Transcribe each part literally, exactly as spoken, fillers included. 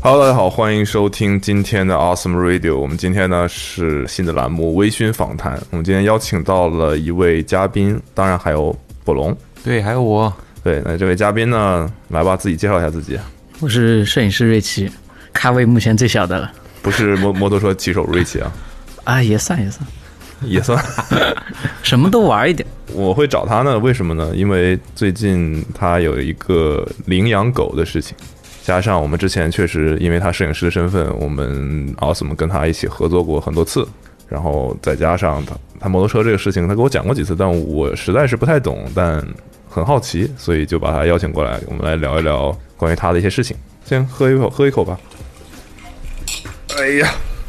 Hello， 大家好，欢迎收听今天的 Awesome Radio。我们今天呢是新的栏目微醺访谈。我们今天邀请到了一位嘉宾，当然还有博龙， 对，还有我。 对，那这位嘉宾呢，来吧，自己介绍一下自己。 我是摄影师瑞奇，咖位目前最小的了。 不是摩摩托车骑手瑞奇啊？ 啊，也算也算， 也算， 什么都玩一点。 我会找他呢，为什么呢？因为最近他有一个领养狗的事情。加上我们之前确实因为他摄影师的身份，我们 Awesome 跟他一起合作过很多次，然后再加上他他摩托车这个事情，他给我讲过几次，但我实在是不太懂，但很好奇，所以就把他邀请过来，我们来聊一聊关于他的一些事情。先喝一口，喝一口吧。哎呀，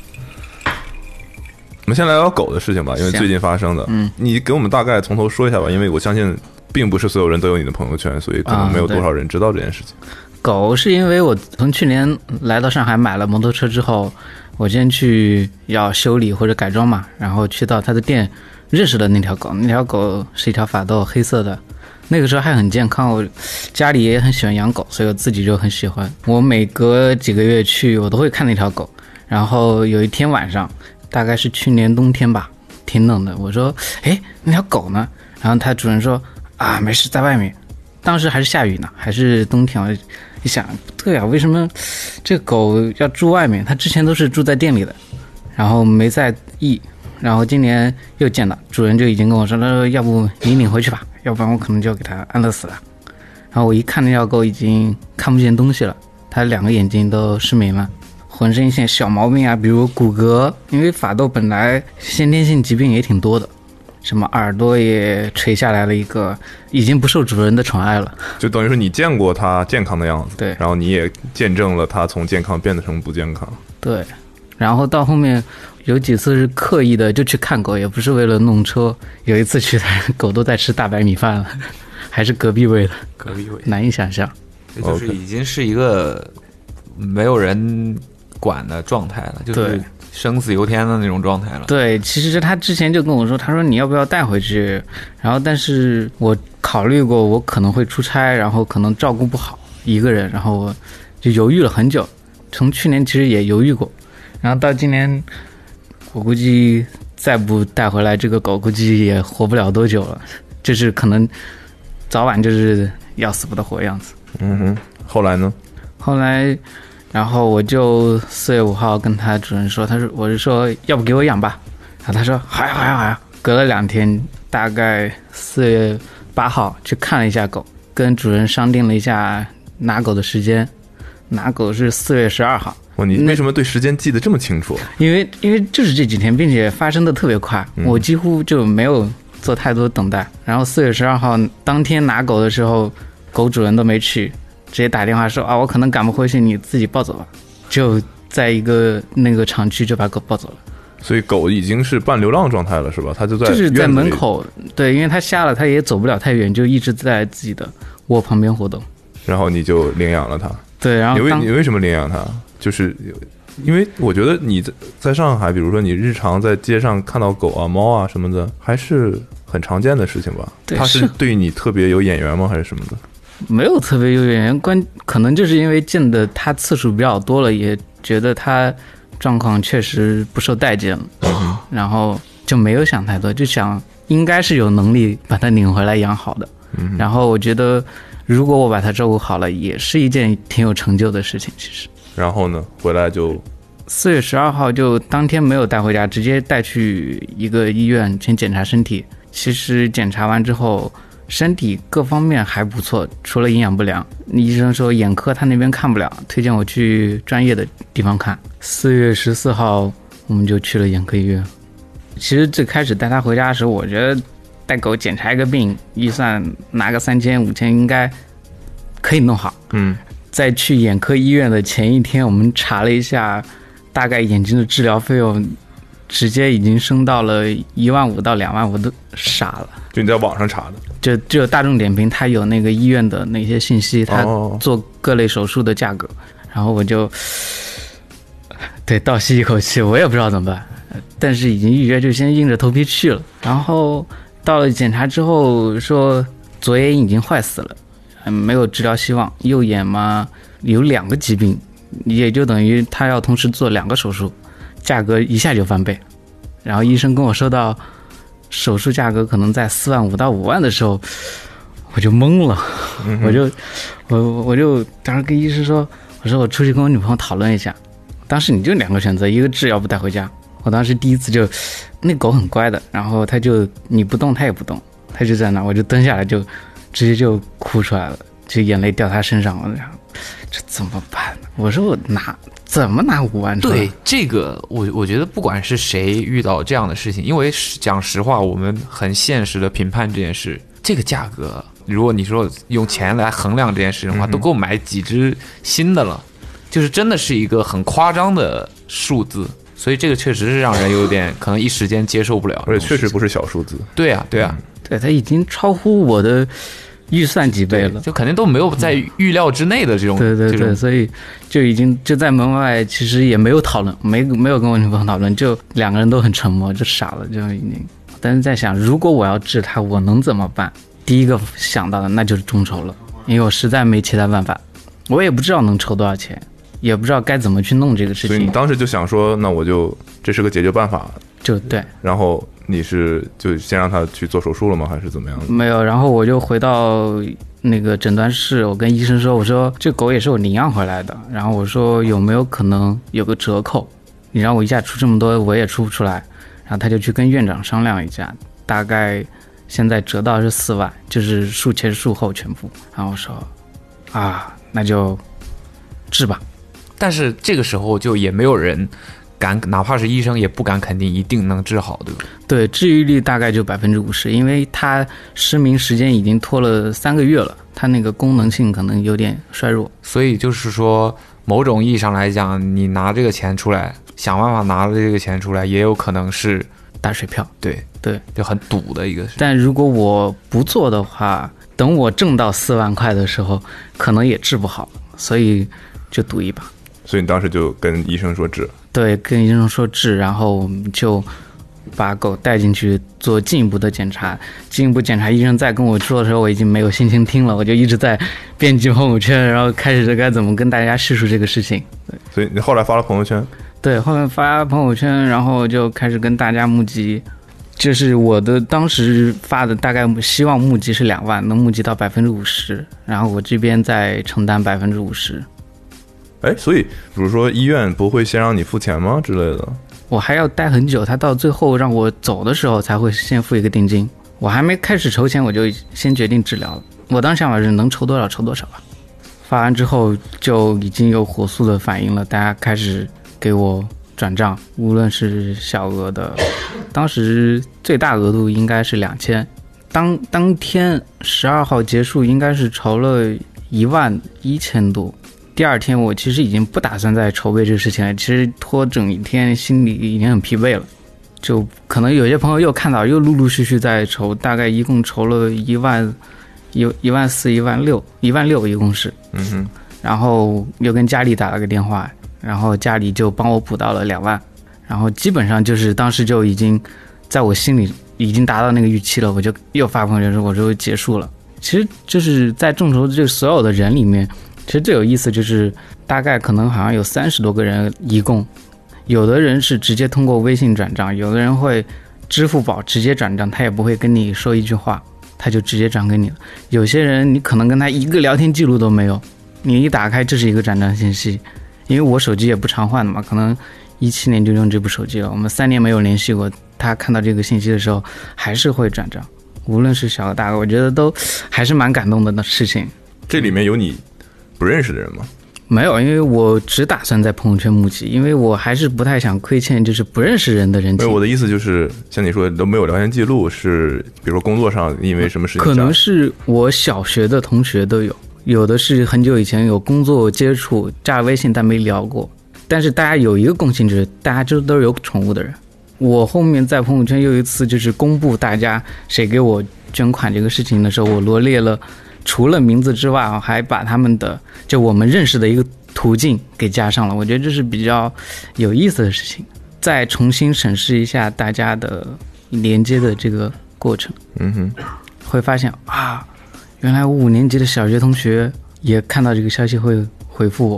我们先来聊狗的事情吧，因为最近发生的。嗯，你给我们大概从头说一下吧，因为我相信并不是所有人都有你的朋友圈，所以可能没有多少人知道这件事情。 啊，狗是因为我从去年来到上海买了摩托车之后，我先去要修理或者改装嘛，然后去到他的店认识了那条狗。那条狗是一条法斗，黑色的，那个时候还很健康。我家里也很喜欢养狗，所以我自己就很喜欢。我每隔几个月去，我都会看那条狗。然后有一天晚上，大概是去年冬天吧，挺冷的，我说诶，那条狗呢？然后他主人说啊，没事，在外面。当时还是下雨呢，还是冬天，我一想不对啊，为什么这个狗要住外面？它之前都是住在店里的，然后没在意，然后今年又见到主人就已经跟我说，他说要不你领回去吧，要不然我可能就给它安乐死了。然后我一看那条狗已经看不见东西了，它两个眼睛都失明了，浑身一些小毛病啊，比如骨骼，因为法斗本来先天性疾病也挺多的，什么耳朵也垂下来了一个，已经不受主人的宠爱了。 就等于说你见过它健康的样子， 对， 然后你也见证了它从健康变得成不健康， 对。然后到后面有几次是刻意的就去看狗，也不是为了弄车。有一次去，狗都在吃大白米饭了，还是隔壁位的， 隔壁位， 难以想象。 就是已经是一个没有人管的状态了，就是生死由天的那种状态了。 对，其实他之前就跟我说，他说你要不要带回去，然后但是我考虑过我可能会出差，然后可能照顾不好一个人，然后我就犹豫了很久。从去年其实也犹豫过，然后到今年我估计再不带回来这个狗估计也活不了多久了，就是可能早晚就是要死不得活的样子。 嗯哼，后来呢？ 后来然后我就四月五号跟他主人说，他说我是说要不给我养吧，然后他说好呀好呀好呀。隔了两天，大概四月八号去看了一下狗，跟主人商定了一下拿狗的时间，拿狗是四月十二号。 哇，你为什么对时间记得这么清楚？ 因为因为就是这几天，并且发生的特别快，嗯、我几乎就没有做太多等待。然后四月十二号当天拿狗的时候，狗主人都没去。直接打电话说啊，我可能赶不回去，你自己抱走吧。就在一个那个厂区就把狗抱走了。 所以狗已经是半流浪状态了，是吧？它就在就是在门口，对，因为它瞎了，它也走不了太远，就一直在自己的窝旁边活动。 然后你就领养了它。 对，然后你为你为什么领养它？就是因为我觉得你在在上海，比如说你日常在街上看到狗啊、猫啊什么的，还是很常见的事情吧？ 对， 它是对你特别有眼缘吗？还是什么的？ 没有特别有眼缘，关可能就是因为见的他次数比较多了，也觉得他状况确实不受待见了，嗯、然后就没有想太多，就想应该是有能力把他领回来养好的。嗯、然后我觉得，如果我把他照顾好了，也是一件挺有成就的事情。其实， 然后呢，回来就四月十二号就当天没有带回家，直接带去一个医院先检查身体。其实检查完之后，身体各方面还不错，除了营养不良。医生说眼科他那边看不了，推荐我去专业的地方看。四月十四号我们就去了眼科医院。其实最开始带他回家的时候，我觉得带狗检查一个病，预算拿个三千五千应该可以弄好。嗯，在去眼科医院的前一天，我们查了一下，大概眼睛的治疗费用直接已经升到了一万五到两万，我都傻了。 就你在网上查的？ 就只有大众点评，它有那个医院的那些信息，它做各类手术的价格。哦、然后我就对倒吸一口气，我也不知道怎么办，但是已经预约，就先硬着头皮去了。然后到了检查之后说左眼已经坏死了，没有治疗希望。右眼嘛有两个疾病， 也就等于他要同时做两个手术，价格一下就翻倍。然后医生跟我说到手术价格可能在四万五到五万的时候，我就懵了，嗯、我就我我就当时跟医生说，我说我出去跟我女朋友讨论一下。当时你就两个选择，一个治要不带回家。我当时第一次就，那狗很乖的，然后它就你不动它也不动，它就在那，我就蹲下来就直接就哭出来了，就眼泪掉它身上，我想这怎么办？我说我拿怎么拿五万出来？ 对这个，我我觉得不管是谁遇到这样的事情，因为讲实话，我们很现实的评判这件事，这个价格，如果你说用钱来衡量这件事的话，嗯、都够买几只新的了。就是真的是一个很夸张的数字，所以这个确实是让人有点可能一时间接受不了， 而且确实不是小数字。 对啊，对啊， 嗯、对，它已经超乎我的预算几倍了， 就肯定都没有在预料之内的这种。 对对对，所以就已经就在门外，其实也没有讨论，没没有跟我女朋友讨论，就两个人都很沉默，就傻了，就已经。但是在想，如果我要治它，我能怎么办？第一个想到的那就是众筹了，因为我实在没其他办法，我也不知道能筹多少钱。也不知道该怎么去弄这个事情， 所以你当时就想说，那我就这是个解决办法， 就对。 然后你是就先让他去做手术了吗？还是怎么样的？ 没有，然后我就回到那个诊断室，我跟医生说，我说这狗也是我领养回来的，然后我说有没有可能有个折扣？你让我一下出这么多，我也出不出来。然后他就去跟院长商量一下，大概现在折到是四万，就是术前术后全部。然后我说啊，那就治吧。 但是这个时候就也没有人敢，哪怕是医生也不敢肯定一定能治好，对不对？ 对，治愈率大概就百分之五十，因为他失明时间已经拖了三个月了，他那个功能性可能有点衰弱。 所以就是说，某种意义上来讲，你拿这个钱出来，想办法拿了这个钱出来，也有可能是打水漂。 对对， 就很赌的一个事。 但如果我不做的话，等我挣到四万块的时候，可能也治不好，所以就赌一把。 所以你当时就跟医生说治？ 对，跟医生说治，然后我们就把狗带进去做进一步的检查。进一步检查，医生在跟我说的时候，我已经没有心情听了，我就一直在编辑朋友圈，然后开始着该怎么跟大家叙述这个事情。对， 所以你后来发了朋友圈？ 对，后面发朋友圈，然后就开始跟大家募集。这是我的当时发的，大概希望募集是两万，能募集到百分之五十，然后我这边再承担百分之五十。 哎，所以比如说医院不会先让你付钱吗之类的？ 我还要待很久，他到最后让我走的时候才会先付一个定金。我还没开始筹钱，我就先决定治疗了。我当时想法是能筹多少筹多少吧。发完之后就已经有火速的反应了，大家开始给我转账，无论是小额的，当时最大额度应该是两千。当当天十二号结束，应该是筹了一万一千多。第二天我其实已经不打算再筹备这个事情了，其实拖整一天心里已经很疲惫了，就可能有些朋友又看到又陆陆续续在筹，大概一共筹了一万一一万四一万六一万六一共是， 嗯哼， 然后又跟家里打了个电话，然后家里就帮我补到了两万，然后基本上就是当时就已经在我心里已经达到那个预期了，我就又发朋友圈说我就结束了。其实就是在众筹这所有的人里面，其实最有意思就是大概可能好像有三十多个人一共，有的人是直接通过微信转账，有的人会支付宝直接转账，他也不会跟你说一句话，他就直接转给你了。有些人你可能跟他一个聊天记录都没有，你一打开这是一个转账信息，因为我手机也不常换的嘛，可能一七年就用这部手机了，我们三年没有联系过，他看到这个信息的时候还是会转账，无论是小额大额，我觉得都还是蛮感动的事情。 这里面有你不认识的人吗？ 没有，因为我只打算在朋友圈募集，因为我还是不太想亏欠就是不认识人的人情。 我的意思就是像你说的都没有聊天记录，是比如说工作上因为什么事情， 可能是我小学的同学都有，有的是很久以前有工作接触加了微信但没聊过，但是大家有一个共性，就是大家就都是有宠物的人。我后面在朋友圈又一次就是公布大家谁给我捐款这个事情的时候，我罗列了除了名字之外，还把他们的就我们认识的一个途径给加上了，我觉得这是比较有意思的事情。再重新审视一下大家的连接的这个过程， 嗯哼， 会发现啊，原来我五年级的小学同学也看到这个消息会回复我，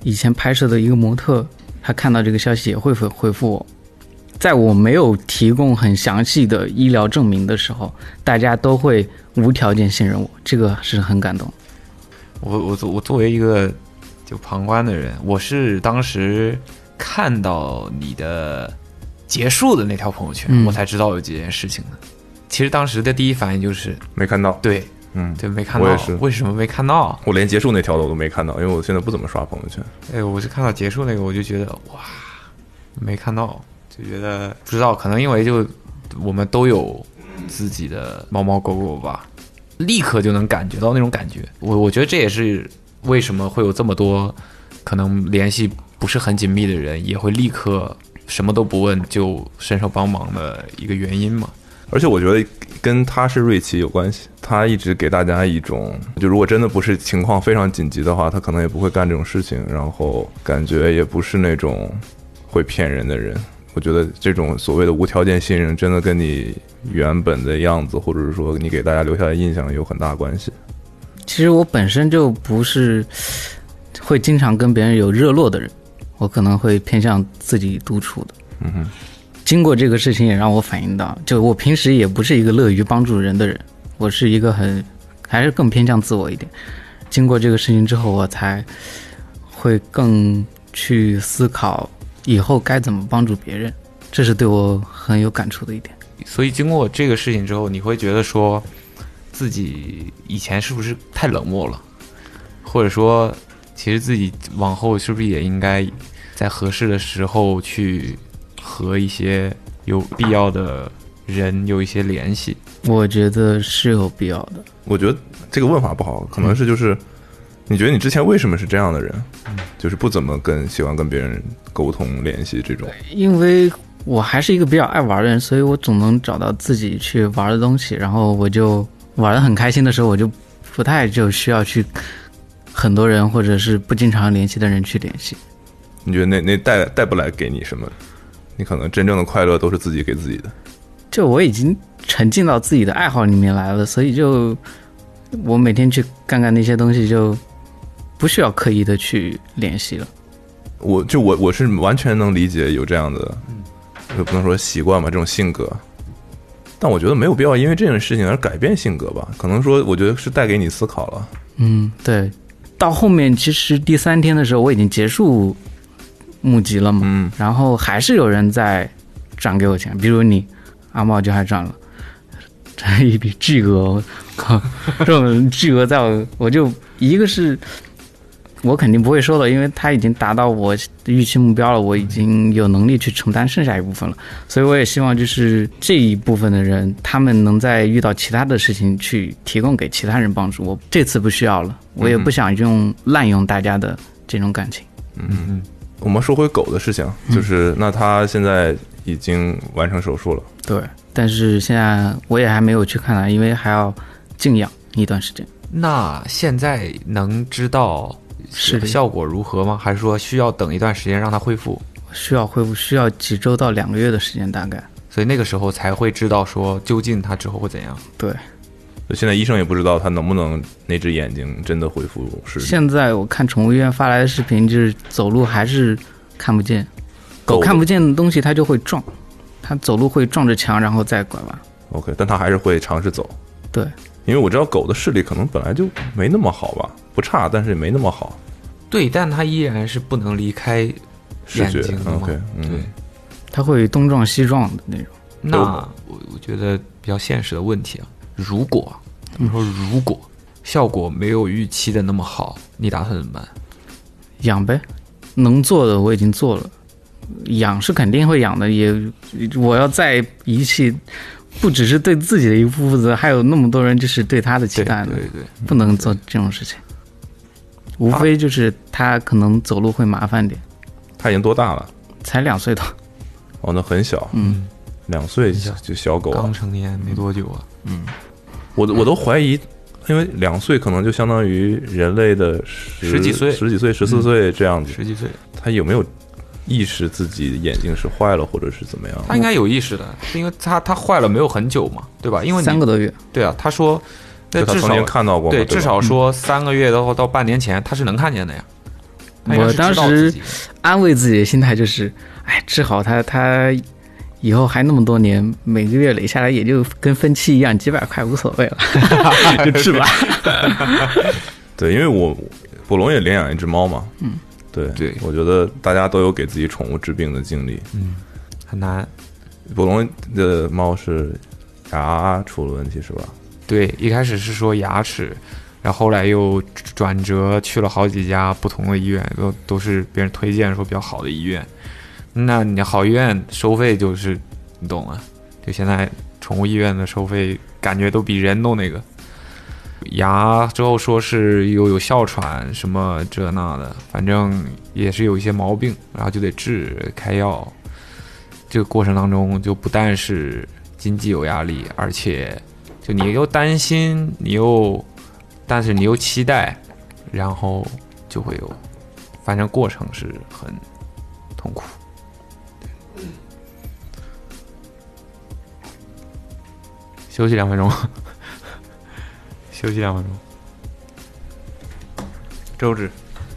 以前拍摄的一个模特，他看到这个消息也会回回复我。在我没有提供很详细的医疗证明的时候，大家都会无条件信任我，这个是很感动。 我我我作为一个就旁观的人，我是当时看到你的结束的那条朋友圈， 嗯、 我才知道有这件事情的。其实当时的第一反应就是没看到， 对， 嗯， 对，没看到。 我也是， 为什么没看到？ 我连结束那条的我都没看到，因为我现在不怎么刷朋友圈。 哎，我是看到结束那个，我就觉得哇，没看到。就觉得不知道，可能因为就我们都有自己的猫猫狗狗吧，立刻就能感觉到那种感觉。我我觉得这也是为什么会有这么多可能联系不是很紧密的人，也会立刻什么都不问就伸手帮忙的一个原因嘛。 而且我觉得跟他是瑞奇有关系，他一直给大家一种，就如果真的不是情况非常紧急的话，他可能也不会干这种事情，然后感觉也不是那种会骗人的人。我觉得这种所谓的无条件信任，真的跟你原本的样子，或者是说你给大家留下的印象有很大关系。 其实我本身就不是会经常跟别人有热络的人，我可能会偏向自己独处的。 嗯哼。 经过这个事情也让我反映到，就我平时也不是一个乐于帮助人的人，我是一个很还是更偏向自我一点。经过这个事情之后，我才会更去思考以后该怎么帮助别人，这是对我很有感触的一点。 所以经过这个事情之后，你会觉得说自己以前是不是太冷漠了，或者说其实自己往后是不是也应该在合适的时候去和一些有必要的人有一些联系？ 我觉得是有必要的。 我觉得这个问法不好，可能是就是、嗯、你觉得你之前为什么是这样的人、嗯、就是不怎么跟喜欢跟别人沟通联系这种？ 因为我还是一个比较爱玩的人，所以我总能找到自己去玩的东西，然后我就玩得很开心的时候，我就不太就需要去很多人或者是不经常联系的人去联系。 你觉得那那带带不来给你什么？你可能真正的快乐都是自己给自己的。 就我已经沉浸到自己的爱好里面来了，所以就我每天去干干那些东西，就不需要刻意的去联系了。 我就我我是完全能理解有这样的，也不能说习惯吧，这种性格。但我觉得没有必要因为这件事情而改变性格吧。可能说，我觉得是带给你思考了。 嗯，对。到后面其实第三天的时候，我已经结束募集了嘛，嗯，然后还是有人在转给我钱，比如你阿茂就还转了这一笔巨额，靠，这种巨额在我我就一个是我肯定不会收的，因为他已经达到我的预期目标了，我已经有能力去承担剩下一部分了，所以我也希望就是这一部分的人，他们能在遇到其他的事情去提供给其他人帮助。我这次不需要了，我也不想用滥用大家的这种感情。 嗯嗯。我们说回狗的事情，就是那他现在已经完成手术了， 对，但是现在我也还没有去看它，因为还要静养一段时间。 那现在能知道是效果如何吗？还是说需要等一段时间让它恢复？ 需要恢复，需要几周到两个月的时间大概， 所以那个时候才会知道说究竟它之后会怎样。 对， 现在医生也不知道他能不能那只眼睛真的恢复视力。 现在我看宠物医院发来的视频，就是走路还是看不见，狗看不见的东西它就会撞，它走路会撞着墙然后再拐弯。 OK， 但它还是会尝试走。 对， 因为我知道狗的视力可能本来就没那么好吧，不差但是也没那么好。 对，但它依然是不能离开眼睛的嘛。 OK， 嗯， 对，它会东撞西撞的那种。 那我我觉得比较现实的问题啊，如果你说如果效果没有预期的那么好，你打算怎么办？ 养呗，能做的我已经做了，养是肯定会养的，也我要再遗弃，不只是对自己的一负责，还有那么多人就是对他的期待的， 对对对， 不能做这种事情。无非就是他可能走路会麻烦点。 他已经多大了？ 才两岁多。 哦，那很小。 嗯， 两岁就小狗、啊， 刚成年没多久啊。 嗯，我我都怀疑，因为两岁可能就相当于人类的十十几岁、 十几岁、十四岁这样子。 十几岁， 他有没有意识自己眼睛是坏了，或者是怎么样？ 他应该有意识的，因为他他坏了没有很久嘛，对吧？因为三个多月。 对啊，他说， 就他曾经看到过嘛， 对，至少说三个月到到半年前他是能看见的呀。 我当时安慰自己的心态就是，哎，治好它，它以后还那么多年，每个月累下来也就跟分期一样，几百块无所谓了，就治吧。 对，因为我捕龙也领养一只猫嘛，嗯，对对， 我觉得大家都有给自己宠物治病的经历， 嗯，很难。 捕龙的猫是牙出了问题是吧？ 对，一开始是说牙齿。然后后来又转折去了好几家不同的医院，都都是别人推荐说比较好的医院。那你好医院收费就是你懂啊，就现在宠物医院的收费感觉都比人都那个。牙之后说是又有哮喘什么这那的，反正也是有一些毛病，然后就得治开药。这个过程当中就不但是经济有压力，而且就你又担心，你又。但是你又期待，然后就会有，反正过程是很痛苦。休息两分钟，休息两分钟。周芷，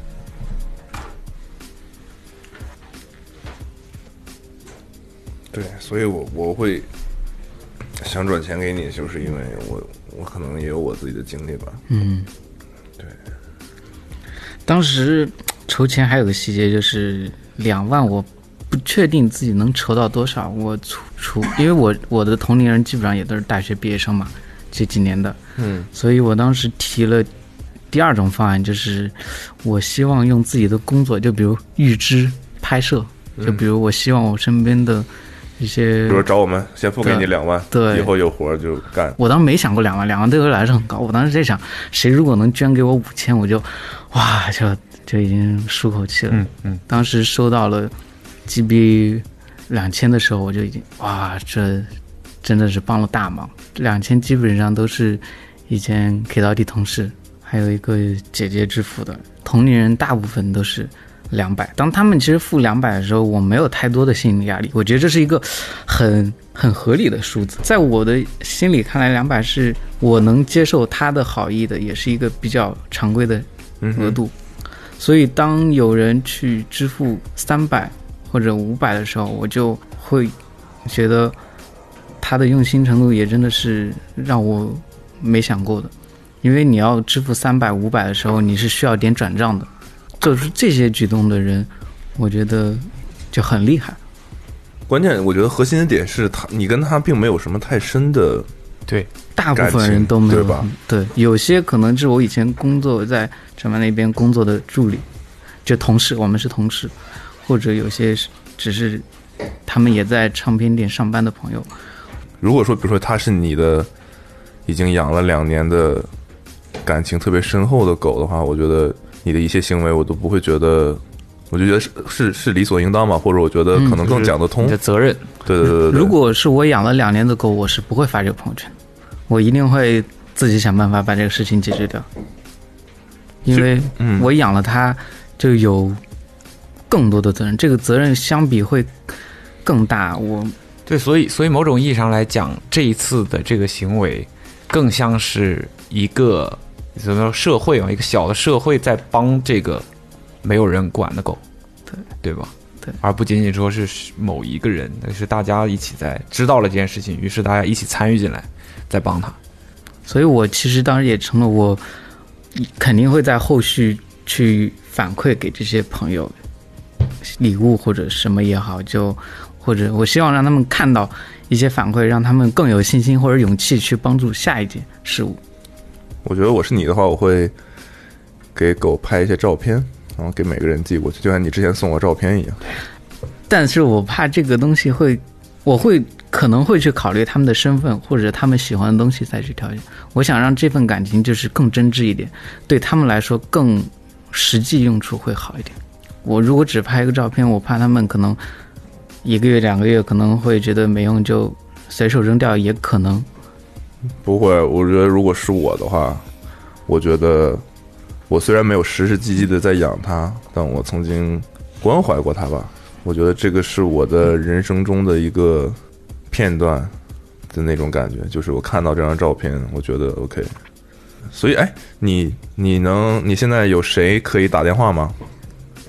对，所以我我会想转钱给你，就是因为我。我可能也有我自己的经历吧。 嗯， 对。 当时筹钱还有个细节，就是两万，我不确定自己能筹到多少。我出出，因为我我的同龄人基本上也都是大学毕业生嘛，这几年的。 嗯。 所以我当时提了第二种方案，就是我希望用自己的工作，就比如预支拍摄，就比如我希望我身边的。一些， 比如找我们，先付给你两万， 对， 以后有活就干。 我当时没想过两万，两万对我来说很高。我当时在想，谁如果能捐给我五千，我就，哇，就就已经舒口气了。 嗯嗯。 当时收到了 G B 两千的时候，我就已经，哇，这真的是帮了大忙。两千基本上都是以前 K 到 D 同事，还有一个姐姐支付的，同龄人大部分都是。两百，当他们其实付两百的时候，我没有太多的心理压力，我觉得这是一个很很合理的数字，在我的心里看来，两百是我能接受他的好意的，也是一个比较常规的额度。嗯、所以当有人去支付三百或者五百的时候，我就会觉得他的用心程度也真的是让我没想过的，因为你要支付三百、五百的时候，你是需要点转账的。做出这些举动的人，我觉得就很厉害。 关键我觉得核心的点是他，你跟他并没有什么太深的， 对， 大部分人都没有， 对吧？ 对，有些可能是我以前工作在陈曼那边工作的助理，就同事，我们是同事，或者有些只是他们也在唱片店上班的朋友。 如果说，比如说他是你的已经养了两年的感情特别深厚的狗的话，我觉得。你的一些行为我都不会觉得，我就觉得是是是理所应当吧，或者我觉得可能更讲得通。 嗯、你的责任， 对对 对, 对。 如果是我养了两年的狗，我是不会发这个朋友圈，我一定会自己想办法把这个事情解决掉，因为我养了它就有更多的责任，这个责任相比会更大。我对，所以所以某种意义上来讲，这一次的这个行为更像是一个。怎么说社会啊，一个小的社会在帮这个没有人管的狗， 对对吧？ 对， 而不仅仅说是某一个人，而是大家一起在知道了这件事情，于是大家一起参与进来，在帮他。 所以我其实当时也成了我肯定会在后续去反馈给这些朋友礼物或者什么也好，就或者我希望让他们看到一些反馈，让他们更有信心或者勇气去帮助下一件事物。 我觉得我是你的话，我会给狗拍一些照片，然后给每个人寄过去，就像你之前送我照片一样。 但是我怕这个东西会，我会可能会去考虑他们的身份或者他们喜欢的东西再去挑选。我想让这份感情就是更真挚一点，对他们来说更实际用处会好一点。我如果只拍一个照片，我怕他们可能一个月两个月可能会觉得没用，就随手扔掉，也可能。 不会，我觉得如果是我的话，我觉得我虽然没有实实际际的在养它，但我曾经关怀过它吧。我觉得这个是我的人生中的一个片段的那种感觉，就是我看到这张照片，我觉得 OK。所以，哎，你你能你现在有谁可以打电话吗？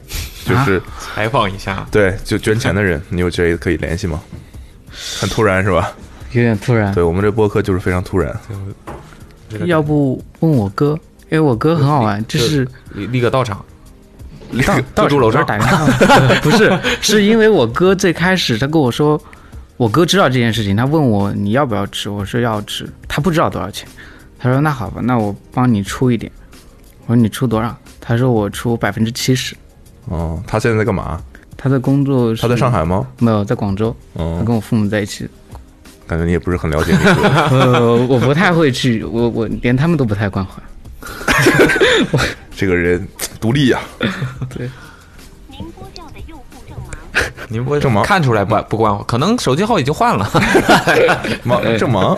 就是采访一下， 对，就捐钱的人，你有谁可以联系吗？很突然是吧？ 有点突然。 对，我们这播客就是非常突然。 要不问我哥，因为我哥很好玩，就是立立个道场， 到到住楼上打电话，不是，是因为我哥最开始他跟我说，我哥知道这件事情，他问我你要不要吃，我说要吃，他不知道多少钱，他说那好吧，那我帮你出一点，我说你出多少？他说我出百分之七十。 哦，他现在在干嘛？ 他的工作是他在上海吗？ 没有，在广州。 哦， 他跟我父母在一起。 感觉你也不是很了解那个。 呃，我不太会去，我我连他们都不太关怀。 这个人独立呀、啊。 对。 您拨叫的用户正忙。 您拨正忙看出来不不关怀，可能手机号已经换了。 忙正忙。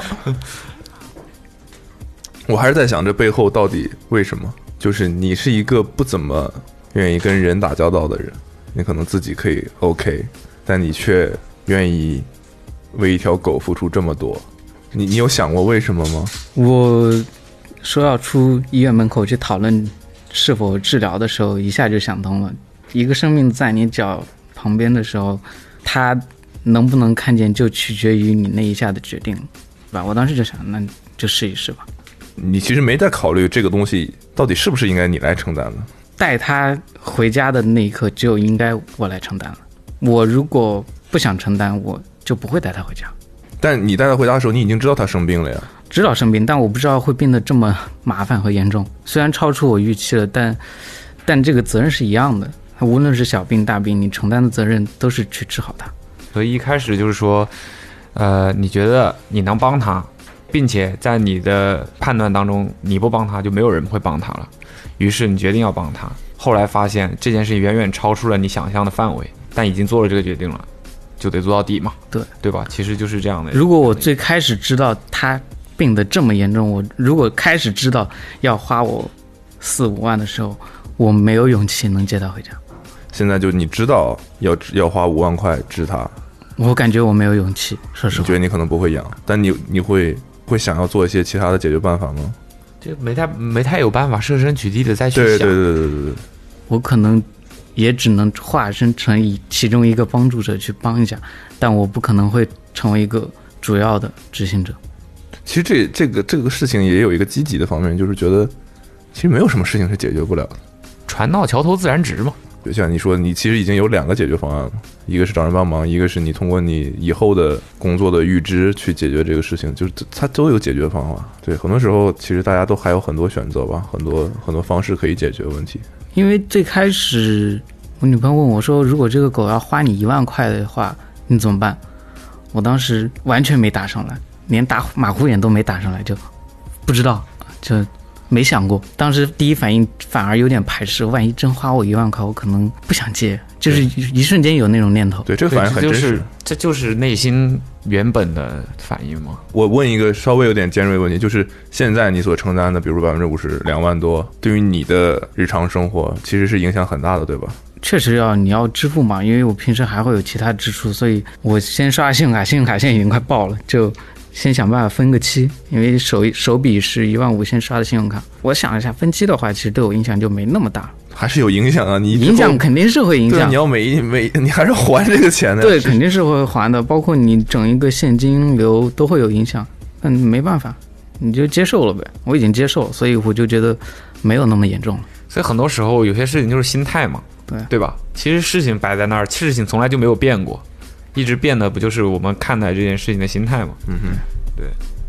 我还是在想这背后到底为什么？就是你是一个不怎么愿意跟人打交道的人，你可能自己可以 OK， 但你却愿意为一条狗付出这么多，你你有想过为什么吗？ 我说要出医院门口去讨论是否治疗的时候，一下就想通了。一个生命在你脚旁边的时候，它能不能看见就取决于你那一下的决定，对吧？我当时就想，那就试一试吧。 你其实没在考虑这个东西到底是不是应该你来承担的。 带他回家的那一刻就应该我来承担了。我如果不想承担，我就不会带他回家。 但你带他回家的时候，你已经知道他生病了呀。 知道生病，但我不知道会变得这么麻烦和严重。虽然超出我预期了，但但这个责任是一样的。无论是小病大病，你承担的责任都是去治好它。 所以一开始就是说，呃，你觉得你能帮他，并且在你的判断当中，你不帮他就没有人会帮他了。于是你决定要帮他。后来发现这件事远远超出了你想象的范围，但已经做了这个决定了，就得做到底嘛。 对， 对吧？其实就是这样的。 如果我最开始知道他病得这么严重，我如果开始知道要花我四五万的时候，我没有勇气能接他回家。 现在就你知道要要花五万块治他， 我感觉我没有勇气，说实话。 你觉得你可能不会养，但你你会会想要做一些其他的解决办法吗？ 这没太没太有办法，设身处地的再去想。 对对对对对对， 我可能也只能化身成以其中一个帮助者去帮一下，但我不可能会成为一个主要的执行者。 其实这这个这个事情也有一个积极的方面，就是觉得其实没有什么事情是解决不了的。 船到桥头自然直嘛。 就像你说，你其实已经有两个解决方案了，一个是找人帮忙，一个是你通过你以后的工作的预知去解决这个事情，就是它都有解决方法。对，很多时候其实大家都还有很多选择吧，很多很多方式可以解决问题。 因为最开始我女朋友问我说，如果这个狗要花你一万块的话，你怎么办？我当时完全没答上来，连打马虎眼都没打上来，就不知道，就没想过。当时第一反应反而有点排斥，万一真花我一万块，我可能不想接，就是一瞬间有那种念头。 对，这个反应很真实， 这就是这就是内心原本的反应嘛。 我问一个稍微有点尖锐的问题，就是现在你所承担的，比如百分之五十两万多，对于你的日常生活其实是影响很大的，对吧？ 确实要你要支付嘛，因为我平时还会有其他支出，所以我先刷信用卡，信用卡现在已经快爆了，就先想办法分个期，因为手手笔是一万五，先刷的信用卡。我想一下，分期的话，其实对我影响就没那么大。 还是有影响啊，你影响肯定是会影响。 对，你要每每你还是还这个钱的。 对，肯定是会还的，包括你整一个现金流都会有影响。但没办法，你就接受了呗。我已经接受了，所以我就觉得没有那么严重了。 所以很多时候有些事情就是心态嘛， 对对吧？其实事情摆在那儿，事情从来就没有变过，一直变的不就是我们看待这件事情的心态吗？ 嗯哼， 对。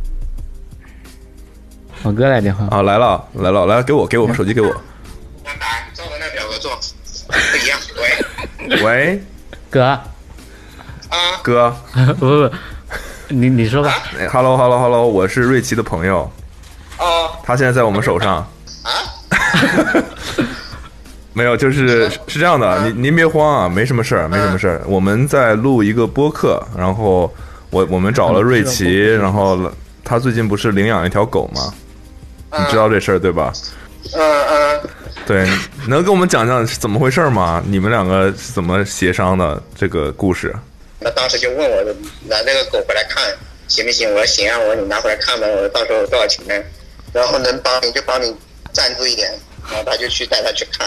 我哥来电话啊，来了来了，来给我给我手机给我。 那打照着那表格做，不一样。喂喂， 哥啊哥， 不不，你你说吧。 哎 ，Hello Hello Hello， 我是瑞奇的朋友， 哦他现在在我们手上。 啊。 没有，就是是这样的，您您别慌啊，没什么事儿，没什么事儿。我们在录一个播客，然后我我们找了瑞奇，然后他最近不是领养一条狗吗？你知道这事儿对吧？ 嗯嗯。 对，能跟我们讲讲是怎么回事吗？你们两个是怎么协商的这个故事？ 那当时就问我拿那个狗回来看行不行？我说行啊，我说你拿回来看吧，我说到时候有多少钱，然后能帮你就帮你赞助一点，然后他就去带他去看。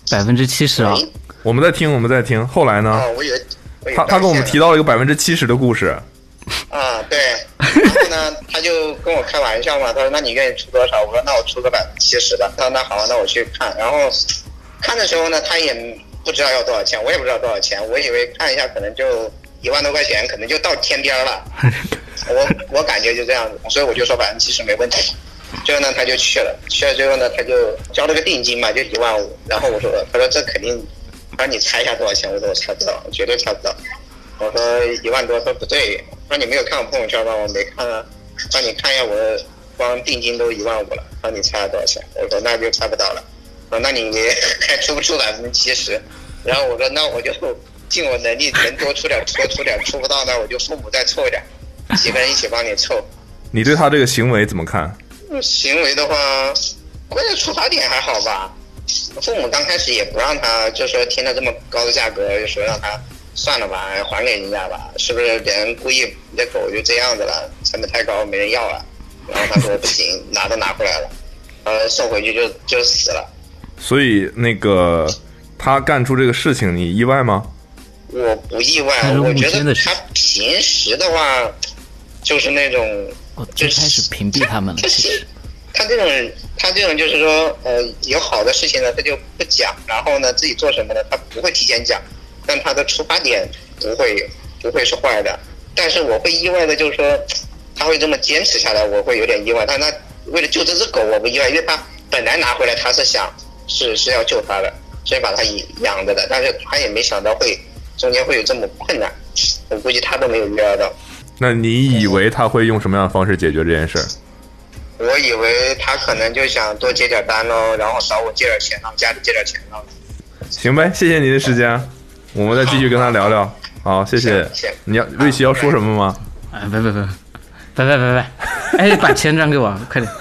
百分之七十啊！ 我们在听，我们在听。后来呢？ 哦，我以为他他跟我们提到了一个百分之七十的故事。 啊，对。然后呢，他就跟我开玩笑嘛，他说：“那你愿意出多少？”我说：“那我出个百分之七十的。”他说：“那好，那我去看。”然后看的时候呢，他也不知道要多少钱，我也不知道多少钱，我以为看一下可能就一万多块钱，可能就到天边了。我我感觉就这样子，所以我就说百分之七十没问题。最后呢，他就去了，去了之后呢，他就交了个定金嘛，就一万五。然后我说，他说这肯定，他说你猜一下多少钱？我说我猜不到，绝对猜不到。我说一万多，他说不对。他说你没有看我朋友圈吗？我没看啊。他说你看一下我光定金都一万五了。他说你猜多少钱？我说那就猜不到了。我说那你还出不出百分之七十？然后我说那我就尽我能力，能多出点多出点，出不到呢我就父母再凑一点，几个人一起帮你凑。 你对他这个行为怎么看？ 行为的话，关键出发点还好吧。父母刚开始也不让他，就说听了这么高的价格，就说让他算了吧，还给人家吧，是不是别人故意你的狗就这样子了，成本太高没人要了。然后他说不行，拿都拿回来了，呃，送回去就就死了。 所以那个他干出这个事情，你意外吗？ 我不意外，我觉得他平时的话就是那种。 我最开始屏蔽他们了。其实他这种，他这种就是说，呃，有好的事情呢，他就不讲，然后呢，自己做什么呢，他不会提前讲，但他的出发点不会不会是坏的。但是我会意外的，就是说，他会这么坚持下来，我会有点意外。但他为了救这只狗，我不意外，因为他本来拿回来他是想是是要救他的，所以把他养着的，但是他也没想到会中间会有这么困难，我估计他都没有预料到。 那你以为他会用什么样的方式解决这件事？ 我以为他可能就想多接点单喽，然后找我借点钱，让家里借点钱喽。 行呗，谢谢你的时间，我们再继续跟他聊聊。好，谢谢。你要瑞奇要说什么吗？ 啊，别别别，别别别别，哎，把钱转给我，快点。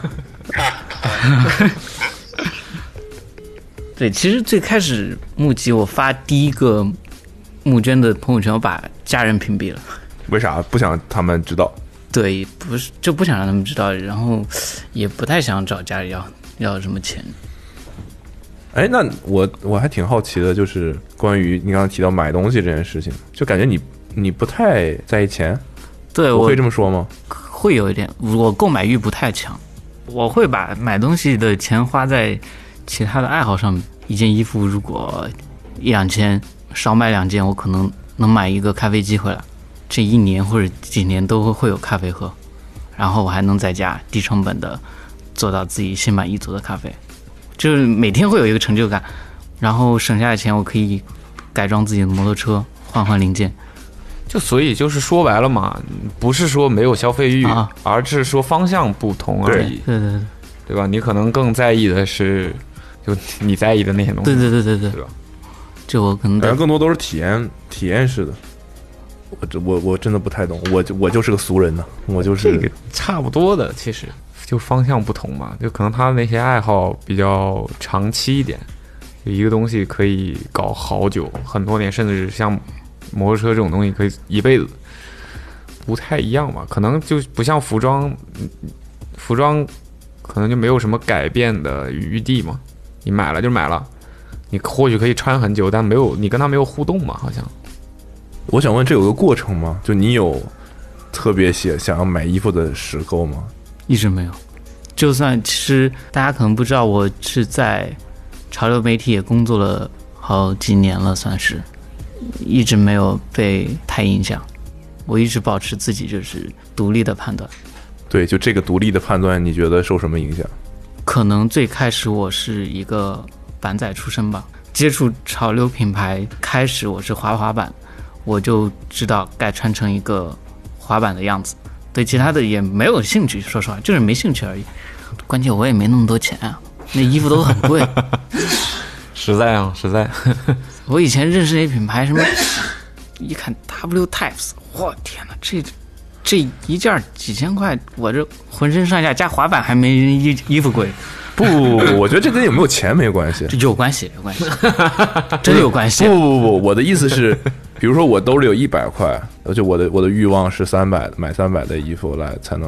对，其实最开始募集我发第一个募捐的朋友圈，我把家人屏蔽了。 为啥？不想他们知道？ 对，不是就不想让他们知道，然后也不太想找家里要要什么钱。 哎，那我我还挺好奇的，就是关于你刚刚提到买东西这件事情，就感觉你你不太在意钱。 对， 我可以这么说吗？ 会有一点，我购买欲不太强，我会把买东西的钱花在其他的爱好上面。一件衣服如果一两千，少买两件，我可能能买一个咖啡机回来。这一年或者几年都会有咖啡喝，然后我还能在家低成本的做到自己心满意足的咖啡，就是每天会有一个成就感，然后省下的钱我可以改装自己的摩托车，换换零件。 就所以就是说白了嘛，不是说没有消费欲，啊、而是说方向不同而已。 对对对， 对吧？你可能更在意的是，就你在意的那些东西。 对对对对对， 对吧？ 就我可能感觉更多都是体验体验式的。我这我我真的不太懂，我我就是个俗人呢，我就是这个差不多的，其实就方向不同嘛，就可能他那些爱好比较长期一点，就一个东西可以搞好久，很多年，甚至像摩托车这种东西可以一辈子，不太一样嘛，可能就不像服装，服装可能就没有什么改变的余地嘛，你买了就买了，你或许可以穿很久，但没有你跟他没有互动嘛，好像。 我想问，这有个过程吗？就你有特别想想要买衣服的时候吗？ 一直没有。就算其实大家可能不知道，我是在潮流媒体也工作了好几年了，算是一直没有被太影响。我一直保持自己就是独立的判断。 对，就这个独立的判断，你觉得受什么影响？ 可能最开始我是一个板仔出身吧，接触潮流品牌开始我是滑滑板。我就知道该穿成一个滑板的样子，对其他的也没有兴趣，说实话就是没兴趣而已。关键我也没那么多钱啊，那衣服都很贵。 实在啊，实在。 我以前认识那品牌，什么一看 W Types， 我天哪，这这一件几千块，我这浑身上下加滑板还没衣衣服贵。 不不不，我觉得这跟有没有钱没关系， 这有关系，有关系，真有关系。 不不不，我的意思是，比如说我兜里有一百块，而且我的我的欲望是三百，买三百的衣服来才能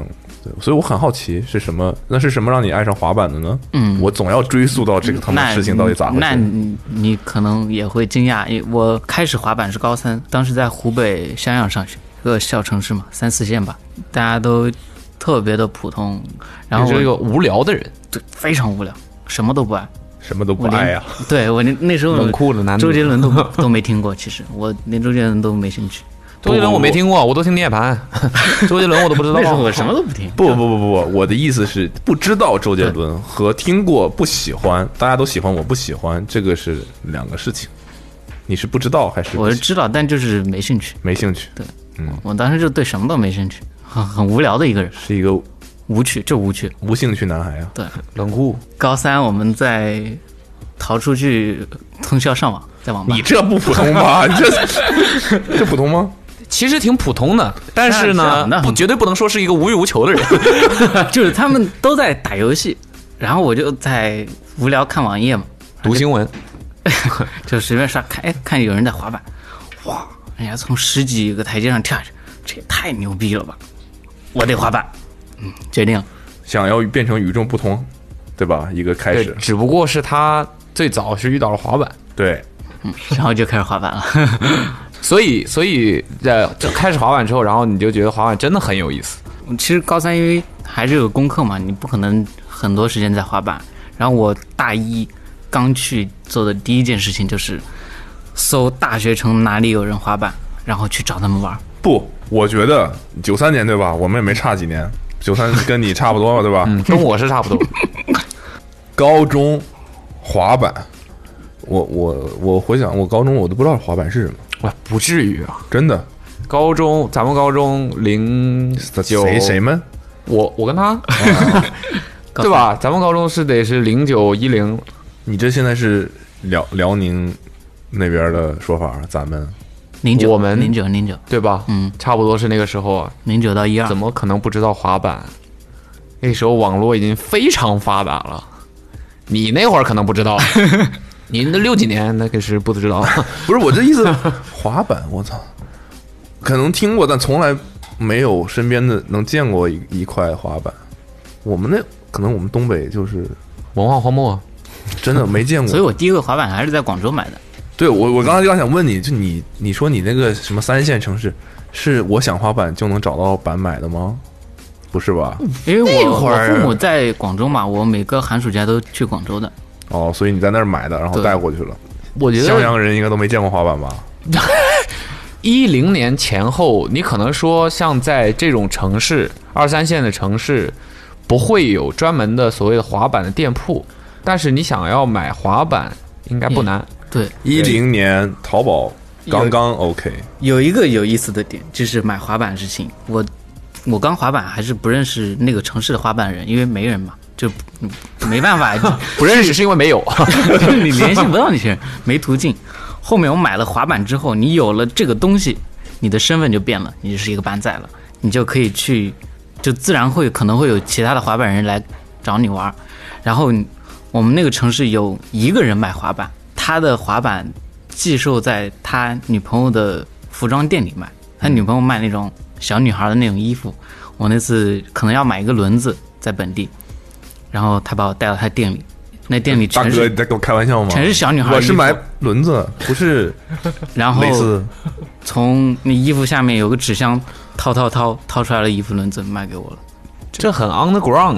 对，所以我很好奇是什么，那是什么让你爱上滑板的呢？ 嗯， 我总要追溯到这个他们事情到底咋回事。 那你你可能也会惊讶，因为我开始滑板是高三，当时在湖北襄阳上学，一个小城市嘛，三四线吧，大家都特别的普通，然后你是一个无聊的人， 对，非常无聊，什么都不爱。 什么都不爱呀、 啊！对我那那时候冷酷的男子周杰伦都都没听过，其实我连周杰伦都没兴趣。 周杰伦我没听过，我都听涅槃。周杰伦我都不知道。 那时候我什么都不听。 不不不不不，我的意思是不知道周杰伦和听过不喜欢，大家都喜欢我不喜欢，这个是两个事情。你是不知道还是？ 我是知道，但就是没兴趣。 没兴趣。 对， 嗯， 我当时就对什么都没兴趣，很很无聊的一个人， 是一个无趣，就无趣， 无兴趣男孩啊。 对， 冷酷。 高三我们在逃出去通宵上网，在网吧。 你这不普通吧？你这这普通吗？ 其实挺普通的，但是呢，不绝对不能说是一个无欲无求的人。 就是他们都在打游戏，然后我就在无聊看网页嘛， 读新闻， 就随便刷看，哎，看有人在滑板，哇，人家从十几个台阶上跳下去，这也太牛逼了吧！我得滑板，嗯，决定了， 想要变成与众不同，对吧？一个开始， 只不过是他最早是遇到了滑板， 对， 嗯，然后就开始滑板了。 所以，所以在这开始滑板之后，然后你就觉得滑板真的很有意思。 其实高三因为还是有功课嘛，你不可能很多时间在滑板。然后我大一刚去做的第一件事情就是搜大学城哪里有人滑板，然后去找他们玩。 不，我觉得九三年对吧？我们也没差几年，九三跟你差不多嘛，对吧？ 嗯，跟我是差不多。 高中滑板，我我我回想，我高中我都不知道滑板是什么。 哇，不至于啊！ 真的， 高中咱们高中零九谁谁们？ 我我跟他，啊、对吧？咱们高中是得是零九一零。 你这现在是辽辽宁那边的说法，咱们零九， 我们零九零九， 对吧？ 嗯， 差不多是那个时候啊， 零九到一二， 怎么可能不知道滑板？那时候网络已经非常发达了，你那会儿可能不知道。您的六几年那个是不知道， 不是我这意思。滑板，我操，可能听过，但从来没有身边的能见过一一块滑板。我们那可能我们东北就是文化荒漠， 真的没见过。 所以我第一个滑板还是在广州买的。 对，我我刚才就刚想问你，就你你说你那个什么三线城市，是我想滑板就能找到板买的吗？不是吧？ 因为我那会儿我父母在广州嘛，我每个寒暑假都去广州的。 哦，所以你在那儿买的，然后带过去了。 我觉得襄阳人应该都没见过滑板吧？ 一零年前后，你可能说像在这种城市二三线的城市，不会有专门的所谓的滑板的店铺，但是你想要买滑板应该不难。 嗯、对， 一零年淘宝刚刚 OK。 有一个有意思的点就是买滑板的事情，我我刚滑板还是不认识那个城市的滑板人，因为没人嘛。就没办法， 不认识是因为没有， 你联系不到那些人，没途径。后面我买了滑板之后，你有了这个东西，你的身份就变了，你就是一个板仔了，你就可以去，就自然会可能会有其他的滑板人来找你玩。然后我们那个城市有一个人卖滑板，他的滑板寄售在他女朋友的服装店里卖，他女朋友卖那种小女孩的那种衣服。我那次可能要买一个轮子在本地。然后他把我带到他店里，那店里全是大哥，你在跟我开玩笑吗？ 全是小女孩。 我是买轮子，不是。 然后从那衣服下面有个纸箱，掏掏掏掏出来了衣服轮子卖给我了。 这很 on the ground，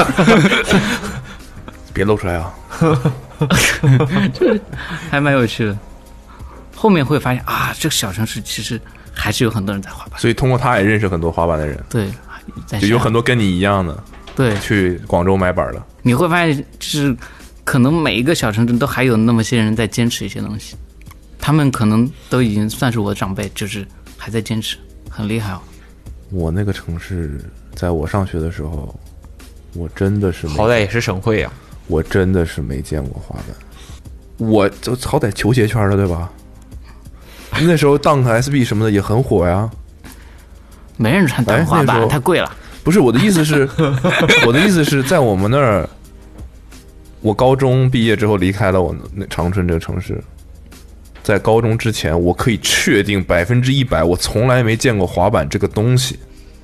别露出来啊！ 这还蛮有趣的。后面会发现啊，这个小城市其实还是有很多人在滑板， 所以通过他也认识很多滑板的人。 对， 就有很多跟你一样的。 对， 去广州买板的， 你会发现，就是可能每一个小城镇都还有那么些人在坚持一些东西，他们可能都已经算是我的长辈，就是还在坚持，很厉害哦。 我那个城市，在我上学的时候，我真的是好歹也是省会啊， 我真的是没见过滑板。我就好歹球鞋圈的对吧？那时候 Dunk S B 什么的也很火呀。 没人穿短滑板，太贵了。 不是我的意思是，我的意思是在我们那儿，我高中毕业之后离开了我那长春这个城市，在高中之前，我可以确定百分之一百，我从来没见过滑板这个东西。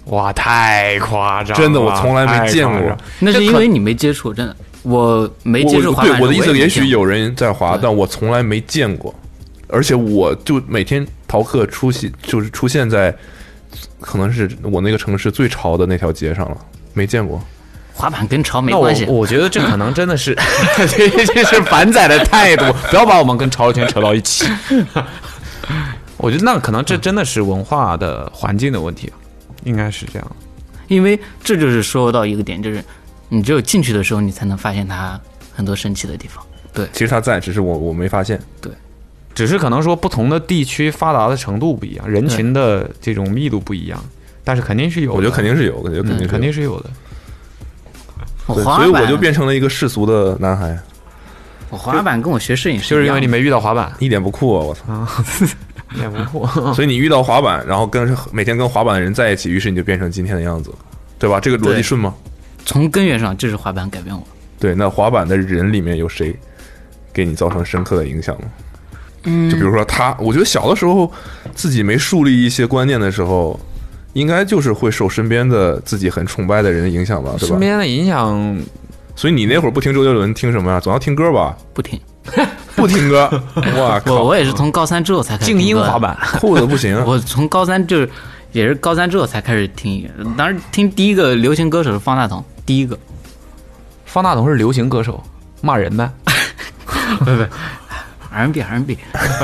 哇，太夸张了！ 真的我从来没见过。 那是因为你没接触，真的，我没接触滑板。 对，我的意思，也许有人在滑， 对但我从来没见过。而且我就每天逃课出现，就是出现在可能是我那个城市最潮的那条街上了，没见过。 滑板跟潮没那我关系。 我觉得这可能真的是，这这是反仔的态度，不要把我们跟潮流圈扯到一起。我觉得那可能这真的是文化的环境的问题，应该是这样。 因为这就是说到一个点，就是你只有进去的时候，你才能发现它很多神奇的地方。对， 其实他在，只是我我没发现。 对， 只是可能说不同的地区发达的程度不一样，人群的这种密度不一样，但是肯定是有的。 我觉得肯定是有，我觉得肯定是有、 嗯、肯定是有的。 对， 我滑板， 所以我就变成了一个世俗的男孩。 我滑板跟我学摄影师就是因为你没遇到滑板， 一点不酷啊！我操， 一点不酷。 所以你遇到滑板，然后跟每天跟滑板的人在一起，于是你就变成今天的样子，对吧？这个逻辑顺吗？ 从根源上就是滑板改变我。 对，那滑板的人里面有谁给你造成深刻的影响吗？ 嗯， 就比如说他，我觉得小的时候自己没树立一些观念的时候，应该就是会受身边的自己很崇拜的人的影响吧，对吧？ 身边的影响， 所以你那会儿不听周杰伦，听什么呀？总要听歌吧？ 不听， 不听歌，哇靠！ 我我也是从高三之后才开始静听歌的音滑板， 酷的不行。 我从高三就是也是高三之后才开始听音乐，当时听第一个流行歌手是方大同，第一个。 方大同是流行歌手，骂人的。 不不 ，R and B R and B。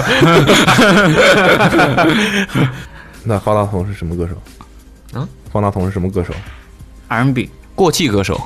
那方大同是什么歌手？ 嗯， 方大同是什么歌手 ？R and B 过气歌手。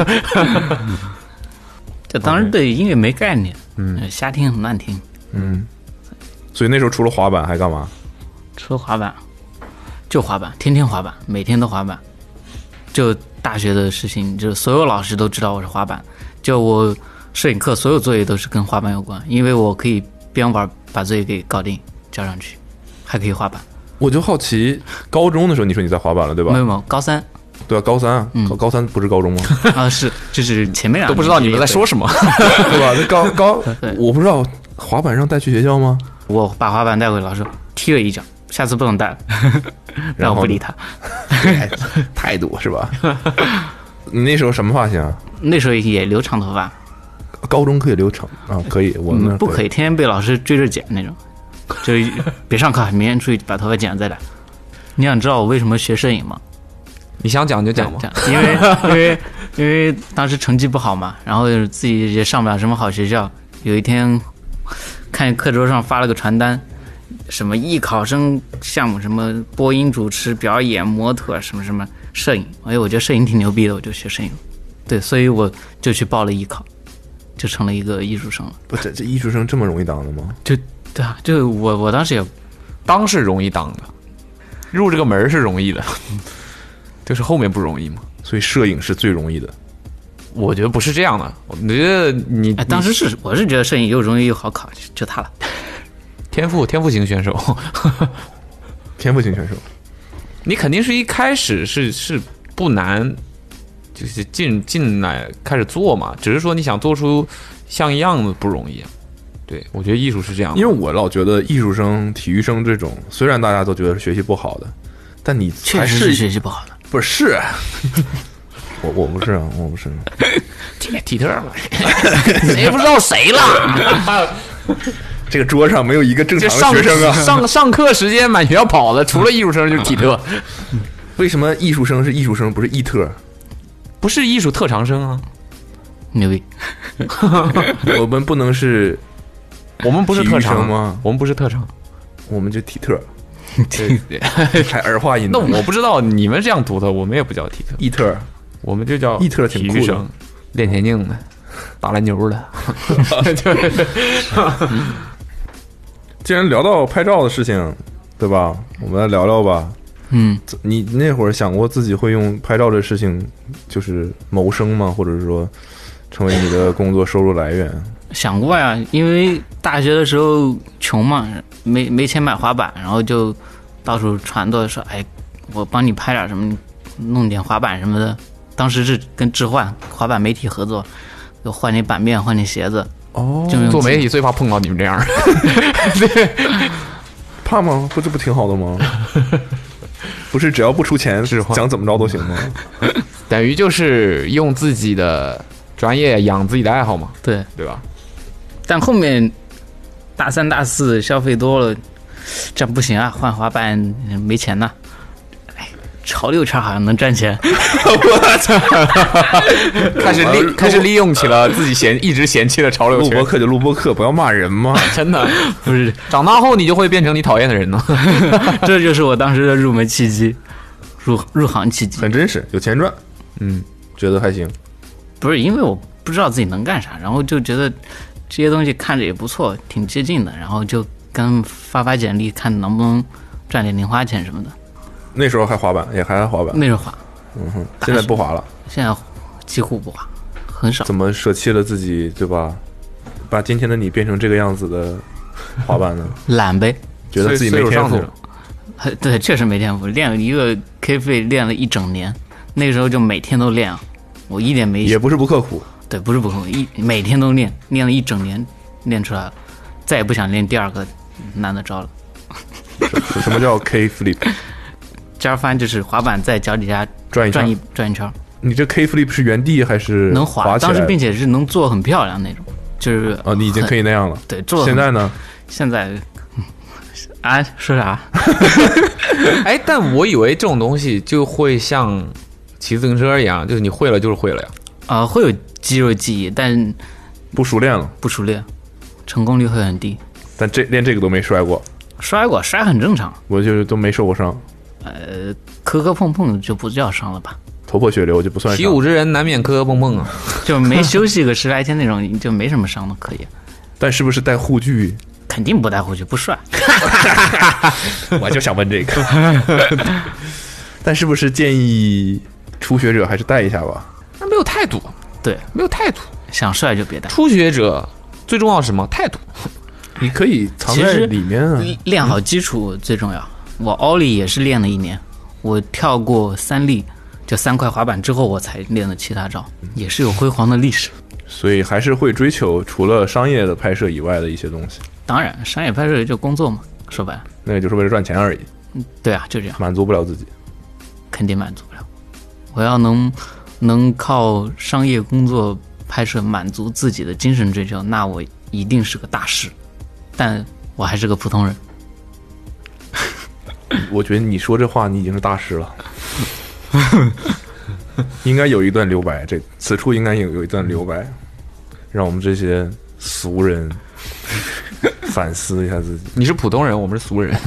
就当时对音乐没概念， 嗯， 瞎听乱听。 嗯，所以那时候除了滑板还干嘛？ 除了滑板，就滑板，天天滑板，每天都滑板。就大学的事情，就所有老师都知道我是滑板。就我摄影课所有作业都是跟滑板有关，因为我可以边玩把作业给搞定交上去，还可以滑板。 我就好奇，高中的时候你说你在滑板了对吧？ 没有没有，高三。 对啊，高三啊， 嗯、 高高三不是高中吗？ 啊，是，就是前面两都不知道你们在说什么， 对吧？那高高，我不知道滑板让带去学校吗？ 我把滑板带回，老师踢了一脚，下次不能带了，让我不理他。 态度是吧？你那时候什么发型啊？ 那时候也留长头发。 高中可以留长啊？可以，我们、 嗯、不可以，天天被老师追着剪那种，就别上课，明天出去把头发剪了再来。你想知道我为什么学摄影吗？ 你想讲就讲嘛， 因为因为因为当时成绩不好嘛，然后自己也上不了什么好学校。有一天看课桌上发了个传单，什么艺考生项目，什么播音主持、表演、模特，什么什么摄影。哎，我觉得摄影挺牛逼的，我就学摄影。对，所以我就去报了艺考，就成了一个艺术生了。 不，这这艺术生这么容易当的吗？ 就对啊，就我我当时也当是容易当的，入这个门是容易的。就是后面不容易嘛， 所以摄影是最容易的。 我觉得不是这样的，我觉得你、 哎、当时是我是觉得摄影又容易又好考，就他了。 天赋天赋型选手， 天赋型选手， 你肯定是一开始是是不难，就是进进来开始做嘛，只是说你想做出像样子不容易。对，我觉得艺术是这样的， 因为我老觉得艺术生、体育生这种，虽然大家都觉得是学习不好的，但你确实是学习不好的。 不是，我我不是啊，我不是。 体体特嘛，谁也不知道谁了。 这个桌上没有一个正常的学生啊。 上上课时间满学校跑的，除了艺术生就是体特。 为什么艺术生是艺术生，不是艺特？ 不是艺术特长生啊？ 牛逼！ 我们不能是， 我们不是特长吗？ 我们不是特长， 我们就体特。对，还儿化音。 那我不知道你们这样读的，我们也不叫体特， 艺特， 我们就叫艺特，挺酷的， 练田径的，打篮球的。 既然聊到拍照的事情，对吧？我们来聊聊吧。 嗯， 你那会儿想过自己会用拍照这事情就是谋生吗？或者是说成为你的工作收入来源？ 想过呀，因为大学的时候穷嘛，没没钱买滑板，然后就到处传掇说，哎，我帮你拍点什么，弄点滑板什么的。当时是跟置换滑板媒体合作，就换点板面，换点鞋子。 哦， 做媒体最怕碰到你们这样的。 怕吗？不，这不挺好的吗？ 不是只要不出钱， 置换想怎么着都行吗？ 等于就是用自己的专业养自己的爱好嘛， 对， 对吧？ 但后面大三大四消费多了，这样不行啊，换滑板没钱呐。哎，潮流圈好像能赚钱， 我操！ 开始利开始利用起了自己嫌一直嫌弃的潮流圈录播。课就录播课，不要骂人嘛。 真的不是，长大后你就会变成你讨厌的人呢。 这就是我当时的入门契机，入入行契机。 很真实，有钱赚， 嗯， 觉得还行。 不是因为我不知道自己能干啥，然后就觉得这些东西看着也不错，挺接近的，然后就跟发发简历，看能不能赚点零花钱什么的。 那时候还滑板，也还滑板。 那时候滑， 嗯哼，现在不滑了， 现在几乎不滑，很少。 怎么舍弃了自己，对吧？把今天的你变成这个样子的滑板呢？ 懒呗。 觉得自己没天赋。 对，确实没天赋。练了一个 K 费练了一整年，那个时候就每天都练，我一点没也不是不刻苦。 对，不是不刻苦，一每天都练，练了一整年，练出来了，再也不想练第二个难的招了。 什么叫 K flip？ 加翻就是滑板在脚底下转一转一转一圈。 你这 K flip 是原地还是能滑？ 滑起来？ 当时并且是能做很漂亮那种，就是哦，你已经可以那样了。 对，做现在呢？ 现在啊，说啥？ 哎，但我以为这种东西就会像骑自行车一样，就是你会了就是会了呀。 啊、呃，会有肌肉记忆，但不熟练了， 不熟练，成功率会很低。 但这连这个都没摔过， 摔过，摔很正常。 我就是都没受过伤。 呃，磕磕碰碰就不叫伤了吧？ 头破血流就不算伤。 习武之人难免磕磕碰碰啊， 就没休息个十来天那种，就没什么伤的可以。 但是不是带护具？ 肯定不带护具，不帅。 我就想问这个。但是不是建议初学者还是带一下吧？ 那没有态度。 对， 没有态度。 想帅就别带。 初学者最重要是什么？态度。 你可以藏在里面啊。 练好基础最重要。我奥利也是练了一年，我跳过三粒，就三块滑板之后，我才练了其他招，也是有辉煌的历史。 所以还是会追求除了商业的拍摄以外的一些东西。 当然，商业拍摄就工作嘛，说白了， 那也就是为了赚钱而已。 嗯，对啊，就这样， 满足不了自己， 肯定满足不了。我要能能靠商业工作拍摄满足自己的精神追求，那我一定是个大师。但我还是个普通人。 我觉得你说这话，你已经是大师了。应该有一段留白，这此处应该有有一段留白，让我们这些俗人反思一下自己。 你是普通人，我们是俗人。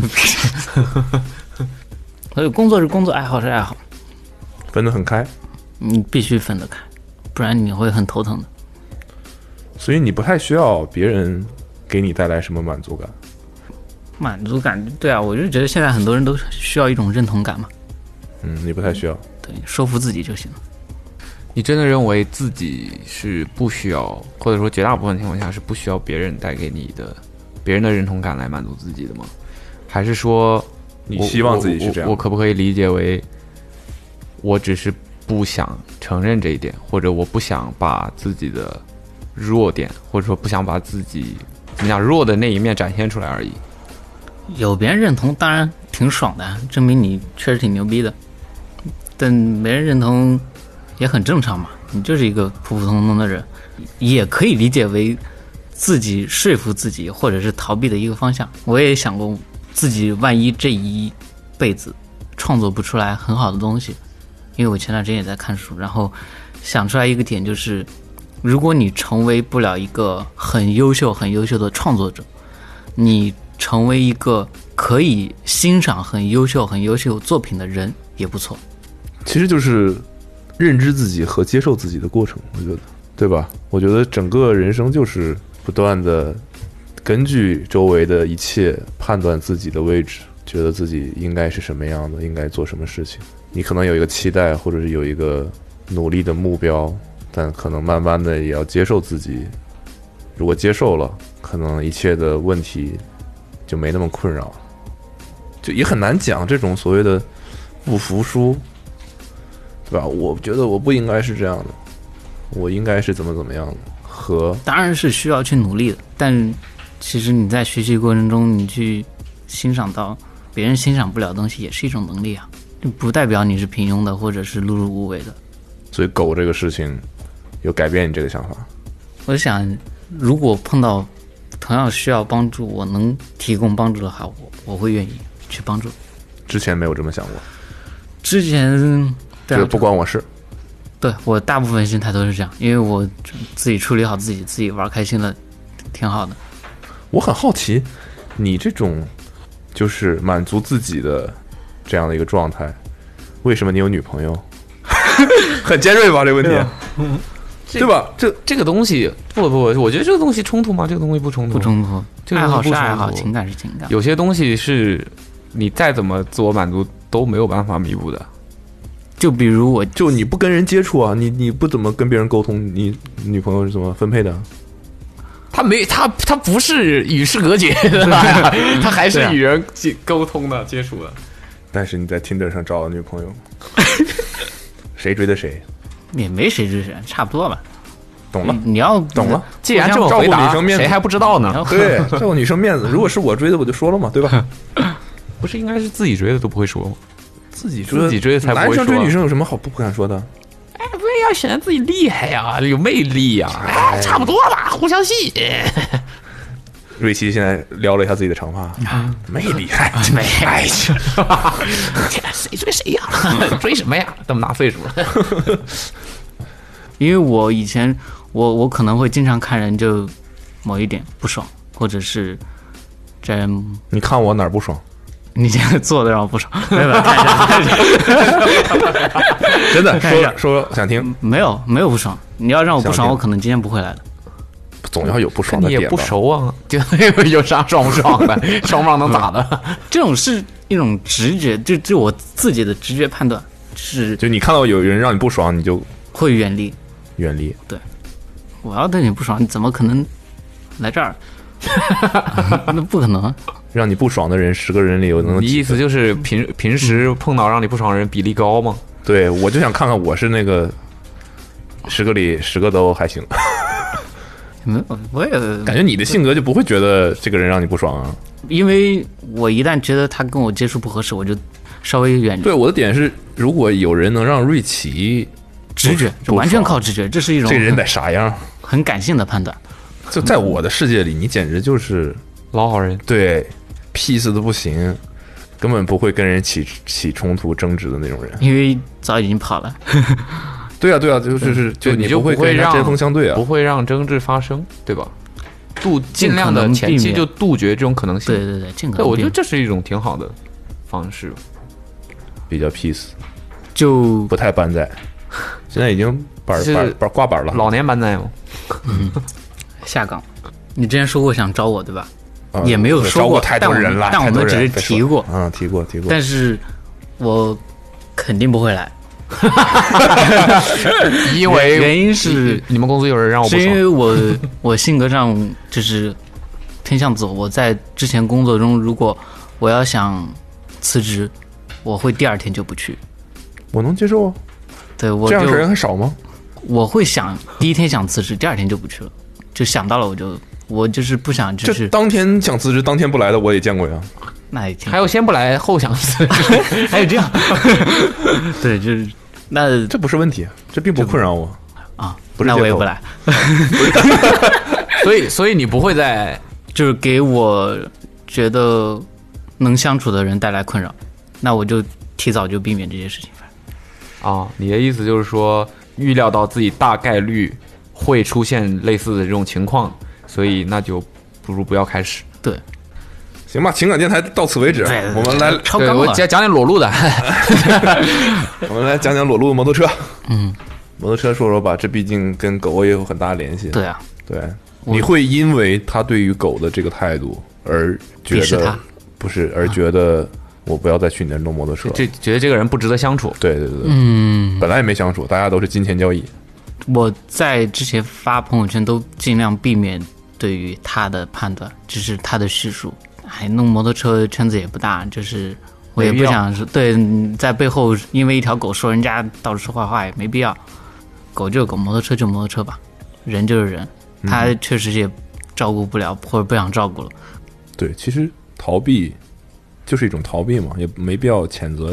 所以工作是工作，爱好是爱好， 分得很开。 你必须分得开，不然你会很头疼的。 所以你不太需要别人给你带来什么满足感。 满足感，对啊，我就觉得现在很多人都需要一种认同感嘛。 嗯，你不太需要。 对，说服自己就行了。 你真的认为自己是不需要，或者说绝大部分情况下是不需要别人带给你的别人的认同感来满足自己的吗？还是说你希望自己是这样？ 我, 我, 我可不可以理解为我只是不想承认这一点，或者我不想把自己的弱点，或者说不想把自己怎么讲弱的那一面展现出来而已？ 有别人认同当然挺爽的，证明你确实挺牛逼的。但没人认同也很正常嘛，你就是一个普普通通的人，也可以理解为自己说服自己或者是逃避的一个方向。我也想过自己万一这一辈子创作不出来很好的东西，因为我前段时间也在看书，然后想出来一个点，就是如果你成为不了一个很优秀很优秀的创作者，你成为一个可以欣赏很优秀很优秀作品的人也不错。 其实就是认知自己和接受自己的过程，我觉得，对吧？我觉得整个人生就是不断的根据周围的一切判断自己的位置，觉得自己应该是什么样的，应该做什么事情。你可能有一个期待，或者是有一个努力的目标，但可能慢慢的也要接受自己。如果接受了，可能一切的问题就没那么困扰了。就也很难讲这种所谓的不服输，对吧？我觉得我不应该是这样的，我应该是怎么怎么样的。和当然是需要去努力的，但其实你在学习过程中，你去欣赏到别人欣赏不了的东西，也是一种能力啊。 不代表你是平庸的或者是碌碌无为的。 所以狗这个事情有改变你这个想法？ 我想，如果碰到同样需要帮助，我能提供帮助的话，我我会愿意去帮助。 之前没有这么想过， 之前对、啊、 这个不关我事。 对，我大部分心态都是这样，因为我自己处理好自己，自己玩开心了，挺好的。 我很好奇，你这种就是满足自己的这样的一个状态，为什么你有女朋友？很尖锐吧这个问题，对, 对吧？这这个东西不不，我觉得这个东西冲突吗？这个东西不冲突， 不冲突。 这个爱好是东西不冲突爱好，情感是情感。 有些东西是你再怎么自我满足都没有办法弥补的。 就比如我， 就你不跟人接触啊，你你不怎么跟别人沟通，你女朋友是怎么分配的？ 他没他他不是与世隔绝的，他还是与人沟通的、接触的。 但是你在 Tinder 上找了女朋友，谁追的谁？ 也没谁追谁，差不多吧。 懂了， 你要懂了。 既然这么回答，谁还不知道呢？ 对，照顾女生面子。如果是我追的，我就说了嘛，对吧？ 不是应该是自己追的都不会说吗？ 自己追自己追的才不会说。 男生追女生有什么好不不敢说的？ 哎，不是要显得自己厉害呀、啊，有魅力呀、啊！哎，差不多吧，互相吸引。 瑞奇现在撩了一下自己的长发，嗯、没厉害， 没哎，谁追谁呀？追什么呀？这么大岁数了。 因为我以前我我可能会经常看人就某一点不爽，或者是在你看我哪儿不爽？ 你现在做的让我不爽，没有看一下，看一下真的说说想听， 没有没有不爽，你要让我不爽，我可能今天不会来的。 总要有不爽的点吧， 你也不熟啊，就有啥爽不爽的，爽不爽能咋的？ 这种是一种直觉，就就我自己的直觉判断，是就你看到有人让你不爽，你就会远离， 远离。 对，我要对你不爽，你怎么可能来这儿？那不可能。 让你不爽的人，十个人里有能。 你意思就是平平时碰到让你不爽的人比例高吗？ 对，我就想看看我是那个十个里十个都还行。 没有，我也感觉你的性格就不会觉得这个人让你不爽啊。 因为我一旦觉得他跟我接触不合适，我就稍微远离。 对，我的点是，如果有人能让瑞奇直觉，完全靠直觉，这是一种这人得啥样， 很感性的判断。 就在我的世界里，你简直就是老好人， 对 ，peace 的不行，根本不会跟人起起冲突争执的那种人， 因为早已经跑了。 对啊，对啊，就是就你就不会跟人家针锋相对啊， 不会让争执发生，对吧？杜尽量的前期就杜绝这种可能性。 对对对，尽可能。 对，我觉得这是一种挺好的方式， 比较 peace， 就不太搬在。现在已经板板板挂板了， 老年搬在吗？ 嗯，下岗。你之前说过想招我，对吧？ 呃、 也没有说过太多人了， 但我们只是提过， 嗯，提过提过。 但是我肯定不会来。 因为原因是你们公司有人让我不爽， 是因为我我性格上就是偏向自我。我在之前工作中，如果我要想辞职，我会第二天就不去。 我能接受啊。 对，我这样的人很少吗？ 我会想第一天想辞职，第二天就不去了，就想到了我就我就是不想就是这当天想辞职当天不来的我也见过呀。 那也挺还有先不来后想辞职， 还有这样。对，就是那这不是问题，这并不困扰我啊。 不是， 那我也不来。 所以，所以你不会在就是给我觉得能相处的人带来困扰，那我就提早就避免这些事情发生。 啊，你的意思就是说，预料到自己大概率会出现类似的这种情况，所以那就不如不要开始。 对。 行吧，情感电台到此为止。我们来超纲了， 我讲讲点裸露的。 我们来讲讲裸露的摩托车。 嗯， 摩托车说说吧，这毕竟跟狗也有很大的联系。 对啊， 对，你会因为他对于狗的这个态度而觉得不是，而觉得我不要再去你那弄摩托车， 就觉得这个人不值得相处。 对对对， 嗯， 本来也没相处，大家都是金钱交易。 我在之前发朋友圈都尽量避免对于他的判断，就是他的叙述。还弄摩托车圈子也不大，就是我也不想是对在背后因为一条狗说人家到处说坏话也没必要。狗就是狗，摩托车就摩托车吧，人就是人，他确实也照顾不了或者不想照顾了。 对，其实逃避就是一种逃避嘛，也没必要谴责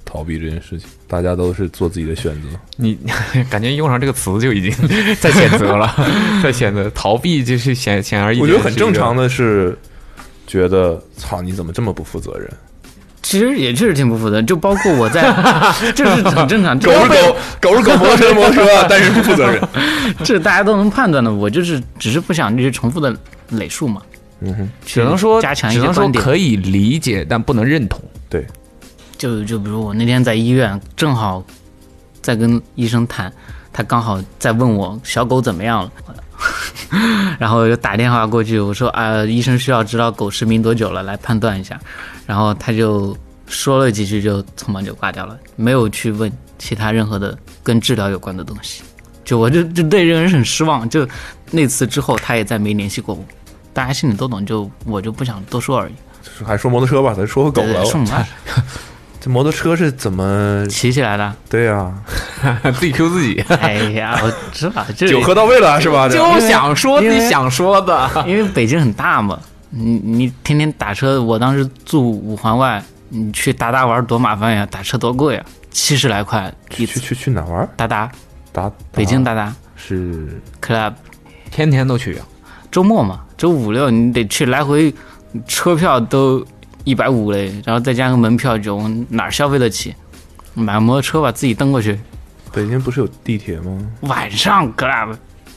逃避这件事情，大家都是做自己的选择。 你感觉用上这个词就已经在谴责了，在谴责逃避，就是显显而易见。 我觉得很正常的是，觉得操你怎么这么不负责任？ 其实也确实挺不负责任，就包括我在，这是很正常。 狗是狗，狗是狗，摩托车摩托车，但是不负责任， 这大家都能判断的。我就是只是不想这些重复的累数嘛。 嗯哼， 只能说加强一只能说些观点， 可以理解，但不能认同。 对， 就就比如我那天在医院，正好在跟医生谈，他刚好在问我小狗怎么样了，然后就打电话过去，我说啊，医生需要知道狗失明多久了，来判断一下。然后他就说了几句，就匆忙就挂掉了，没有去问其他任何的跟治疗有关的东西。就我就就对这个人很失望。就那次之后，他也再没联系过我。大家心里都懂，就我就不想多说而已。 还说摩托车吧，咱说回狗了。 送吧。 这摩托车是怎么骑起来的？ 对呀、 啊，自己 Q 自己。 哎呀，我知道，这酒喝到位了是吧？ 就想说自己想说的， 因为北京很大嘛，你你天天打车，我当时住五环外，你去达达玩多麻烦呀，打车多贵啊，七十来块一次。 去去去哪玩？ 达达， 达北京达达是 club， 天天都去啊。 周末嘛，周五六你得去，来回车票都一百五嘞，然后再加个门票就哪儿消费得起？买个摩托车吧，自己蹬过去。 北京不是有地铁吗？ 晚上 club，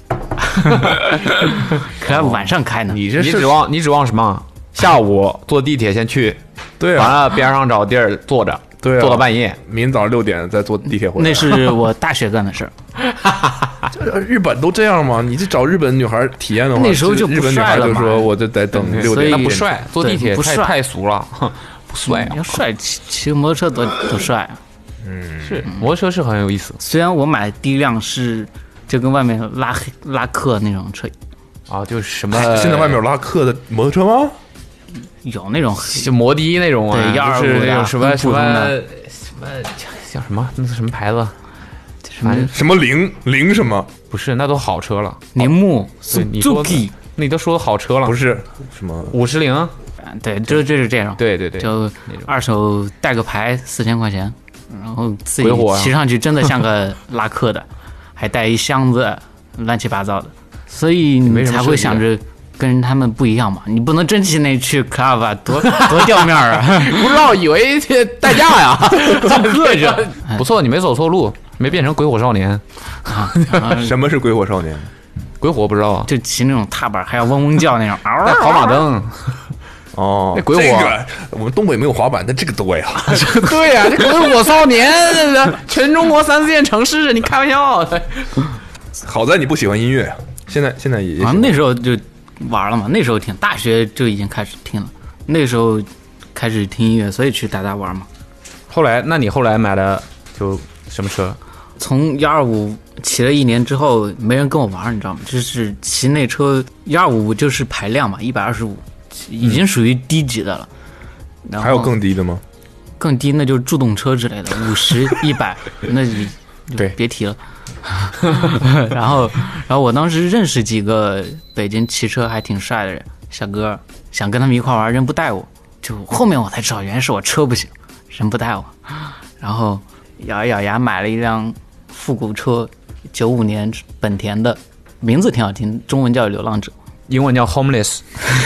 club 晚上开呢。 你这你指望你指望什么？下午坐地铁先去， 对啊， 完了边上找地儿坐着， 对啊， 坐到半夜， 明早六点再坐地铁回来。 那是我大学干的事儿。 日本都这样吗？你去找日本女孩体验的话， 那时候就不日本女孩就说我就得等六点， 那不帅，坐地铁太不帅太俗了，不帅啊！ 要帅，骑骑个摩托车多多帅啊！ 嗯，是摩托车是很有意思。 虽然我买的第一辆是就跟外面拉黑拉客那种车啊，就是什么？ 现在外面有拉客的摩托车吗？ 有那种就摩的那种啊， 对，幺二五那种什么什么的什么叫什么？那是什么牌子？ 什么什么零零什么？ 不是，那都好车了。 铃木、 Suzuki，那你都说好车了。 不是什么五十铃？ 对，就就是这种。 对对对， 就二手带个牌四千块钱，然后自己啊骑上去真的像个拉客的，还带一箱子，乱七八糟的，所以你才会想着。跟他们不一样嘛，你不能真骑那去 club 啊，多多掉面儿啊！ 不知道以为代驾呀，这着不错，你没走错路，没变成鬼火少年啊！ 什么是鬼火少年？ 鬼火不知道啊， 就骑那种踏板还要嗡嗡叫那种， 带跑马灯。 哦， 那鬼火、 这个我们东北没有滑板，但这个多呀。 对呀、啊，这鬼火少年，全中国三四线城市，你开玩笑？ 好在你不喜欢音乐，现在现在也啊，那时候就。玩了嘛？那时候听，大学就已经开始听了。那时候开始听音乐，所以去达达玩嘛。 后来，那你后来买的就什么车？ 从幺二五骑了一年之后，没人跟我玩，你知道吗？就是骑那车幺二五就是排量嘛，一百二十五，已经属于低级的了。 嗯、然后还有更低的吗？ 更低那就是助动车之类的，五十、一百，那你对别提了。然后，然后我当时认识几个北京骑车还挺帅的人，小哥，想跟他们一块玩，人不带我，就后面我才知道，原来是我车不行，人不带我。然后咬一咬牙买了一辆复古车，九五年本田的，名字挺好听，中文叫流浪者， 英文叫 homeless。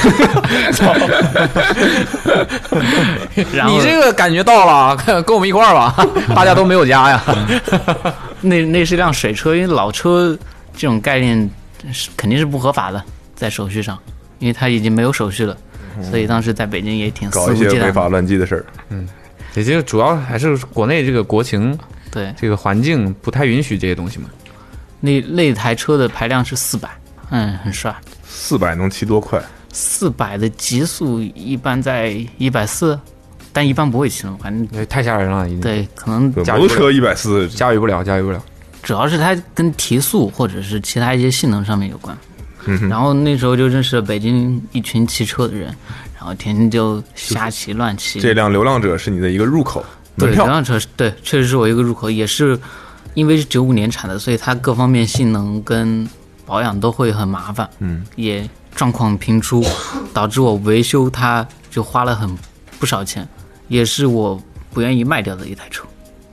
你这个感觉到了，跟我们一块儿吧，大家都没有家呀。 那那是辆水车，因为老车这种概念是肯定是不合法的，在手续上，因为它已经没有手续了，嗯、所以当时在北京也挺肆无忌惮的， 搞一些违法乱纪的事儿。 嗯，也就主要还是国内这个国情， 对这个环境不太允许这些东西嘛。 那那台车的排量是四百，嗯，很帅。 四百能骑多快？ 四百的极速一般在一百四，但一般不会骑了，反正太吓人了。 对，可能摩托车一百四， 驾驭不了，驾驭不了。 主要是它跟提速或者是其他一些性能上面有关。 嗯、 然后那时候就认识了北京一群骑车的人，然后天天就瞎骑乱骑。 这辆流浪者是你的一个入口， 对，流浪者对，确实是我一个入口，也是因为是九五年产的，所以它各方面性能跟保养都会很麻烦。 嗯， 也状况频出，导致我维修它就花了很不少钱，也是我不愿意卖掉的一台车。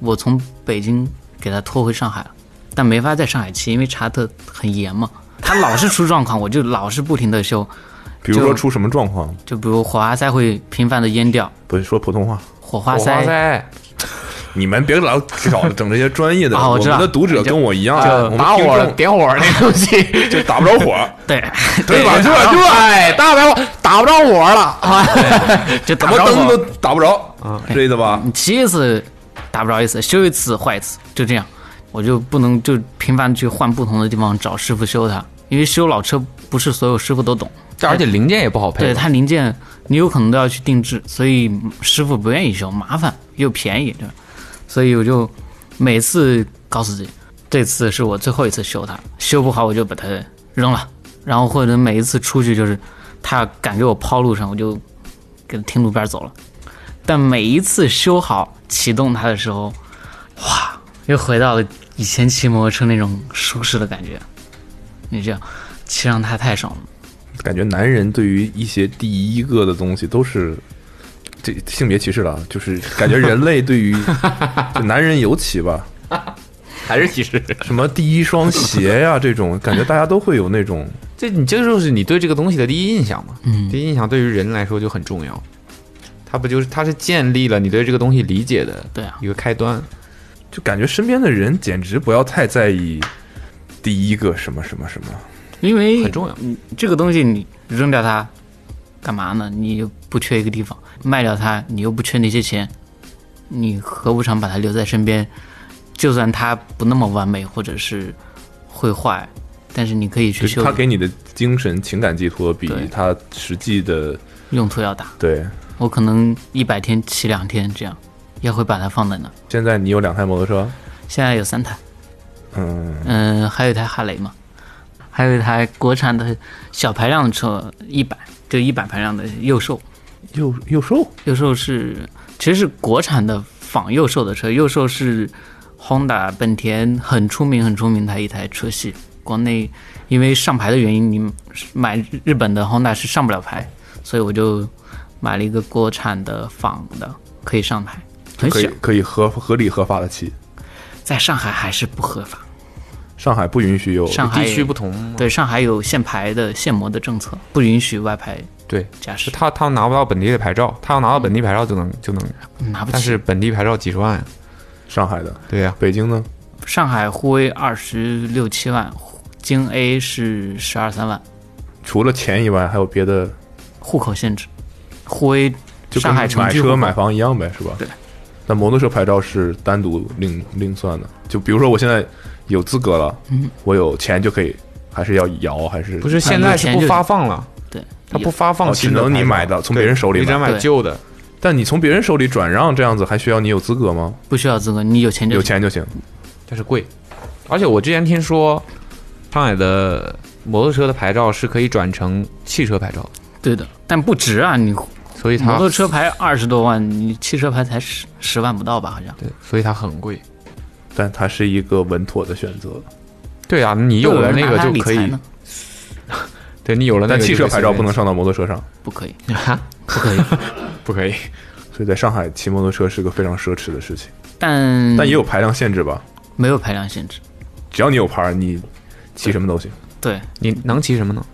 我从北京给他拖回上海了，但没法在上海骑，因为查特很严嘛，他老是出状况，我就老是不停的修。 比如说出什么状况？ 就比如火花塞会频繁的淹掉， 不是说普通话。 火花塞， 火花塞你们别老找整这些专业的， 啊、我, 我们的读者跟我一样，我们打火点火那东西就打不着火， 对对吧？对吧？对吧？ 哎，打不着，打不着火了， 就怎么灯都打不着，啊，是这意思吧？ 你骑一次打不着一次，修一次坏一次，就这样，我就不能就频繁去换不同的地方找师傅修它，因为修老车不是所有师傅都懂， 而且零件也不好配， 对，它零件你有可能都要去定制，所以师傅不愿意修，麻烦又便宜，对吧？所以我就每次告诉自己，这次是我最后一次修它，修不好我就把它扔了。然后或者每一次出去就是他敢给我抛路上，我就给他停路边走了。但每一次修好启动它的时候，哇，又回到了以前骑摩托车那种舒适的感觉。你这样骑上它太爽了。 感觉男人对于一些第一个的东西都是。这性别歧视了，就是感觉人类对于就男人尤其吧， 还是歧视。 什么第一双鞋呀、啊，这种感觉大家都会有那种。 这你这就是你对这个东西的第一印象嘛？ 嗯， 第一印象对于人来说就很重要。它不就是它是建立了你对这个东西理解的对啊一个开端。 就感觉身边的人简直不要太在意第一个什么什么什么， 因为很重要。 这个东西你扔掉它干嘛呢？你又不缺一个地方。卖掉它，你又不缺那些钱，你何不常把它留在身边？就算它不那么完美，或者是会坏，但是你可以去修。 它给你的精神情感寄托比它实际的用途要大。 对， 我可能一百天骑两天这样，也会把它放在那。 现在你有两台摩托车？ 现在有三台。 嗯嗯、呃，还有一台哈雷嘛，还有一台国产的小排量的车，一百就一百排量的幼兽。 幼幼兽， 幼兽是其实是国产的仿幼兽的车，幼兽是 Honda 本田很出名很出名的一台车系，国内因为上牌的原因，你买日本的 Honda 是上不了牌，所以我就买了一个国产的仿的，可以上牌，很小， 可以可以合合理合法的骑。 在上海还是不合法， 上海不允许有上海地区不同， 对，上海有限牌的限摩的政策，不允许外牌。 对， 驾驶他他拿不到本地的牌照，他要拿到本地牌照就能就能拿不起。 但是本地牌照几十万， 上海的， 对呀、啊， 北京呢？ 上海沪 A 二十六七万，京 A 是十二三万。 除了钱以外，还有别的户口限制。沪 A 就上海跟买车买房一样呗，是吧？ 对。 但摩托车牌照是单独另另算的。就比如说我现在有资格了，嗯，我有钱就可以，还是要摇还是？ 不是，现在是不发放了。 对， 他不发放新的、 哦，只能你买的，从别人手里买， 你只能买旧的。 但你从别人手里转让这样子，还需要你有资格吗？ 不需要资格，你有钱就有钱就行。 但是贵，而且我之前听说，上海的摩托车的牌照是可以转成汽车牌照。 对的，但不值啊！你所以它摩托车牌二十多万，你汽车牌才十十万不到吧？好像。 对，所以它很贵。 但它是一个稳妥的选择。 对啊，你有了那个就可以。对你有了那个， 但汽车牌照不能上到摩托车上， 不可以， 不可以，不可以。 所以在上海骑摩托车是个非常奢侈的事情。 但但也有排量限制吧？ 没有排量限制， 只要你有牌，你骑什么都行。 对， 你能骑什么呢？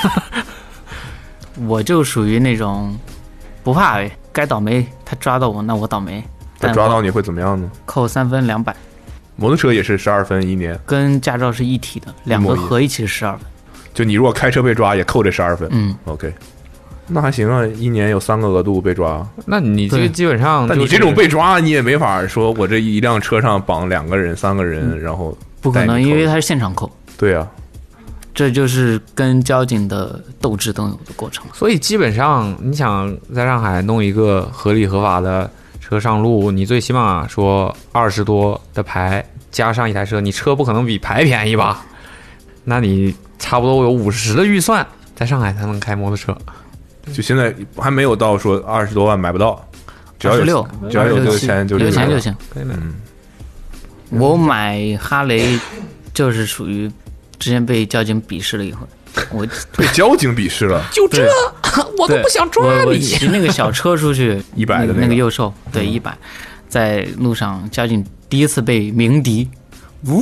我就属于那种不怕呗，该倒霉他抓到我，那我倒霉。 他抓到你会怎么样呢？ 扣三分两百。 摩托车也是十二分一年， 跟驾照是一体的，两个合一起是十二分。 就你如果开车被抓，也扣这十二分。 嗯 ，OK， 那还行啊，一年有三个额度被抓。 那你这个基本上、就是， 但你这种被抓，你也没法说我这一辆车上绑两个人、三个人，嗯、然后不可能，因为它是现场扣。 对啊， 这就是跟交警的斗智斗勇的过程。 所以基本上，你想在上海弄一个合理合法的车上路，你最起码说二十多的牌加上一台车，你车不可能比牌便宜吧？那你差不多有五十的预算，在上海才能开摩托车。 就现在还没有到说二十多万买不到，只要有只要有这个钱就有钱就行。 嗯， 我买哈雷就是属于之前被交警鄙视了一回，我被交警鄙视了， 就这我都不想抓你。 我骑那个小车出去， 一百的那个幼兽，对一百、嗯， 在路上交警第一次被鸣笛，呜，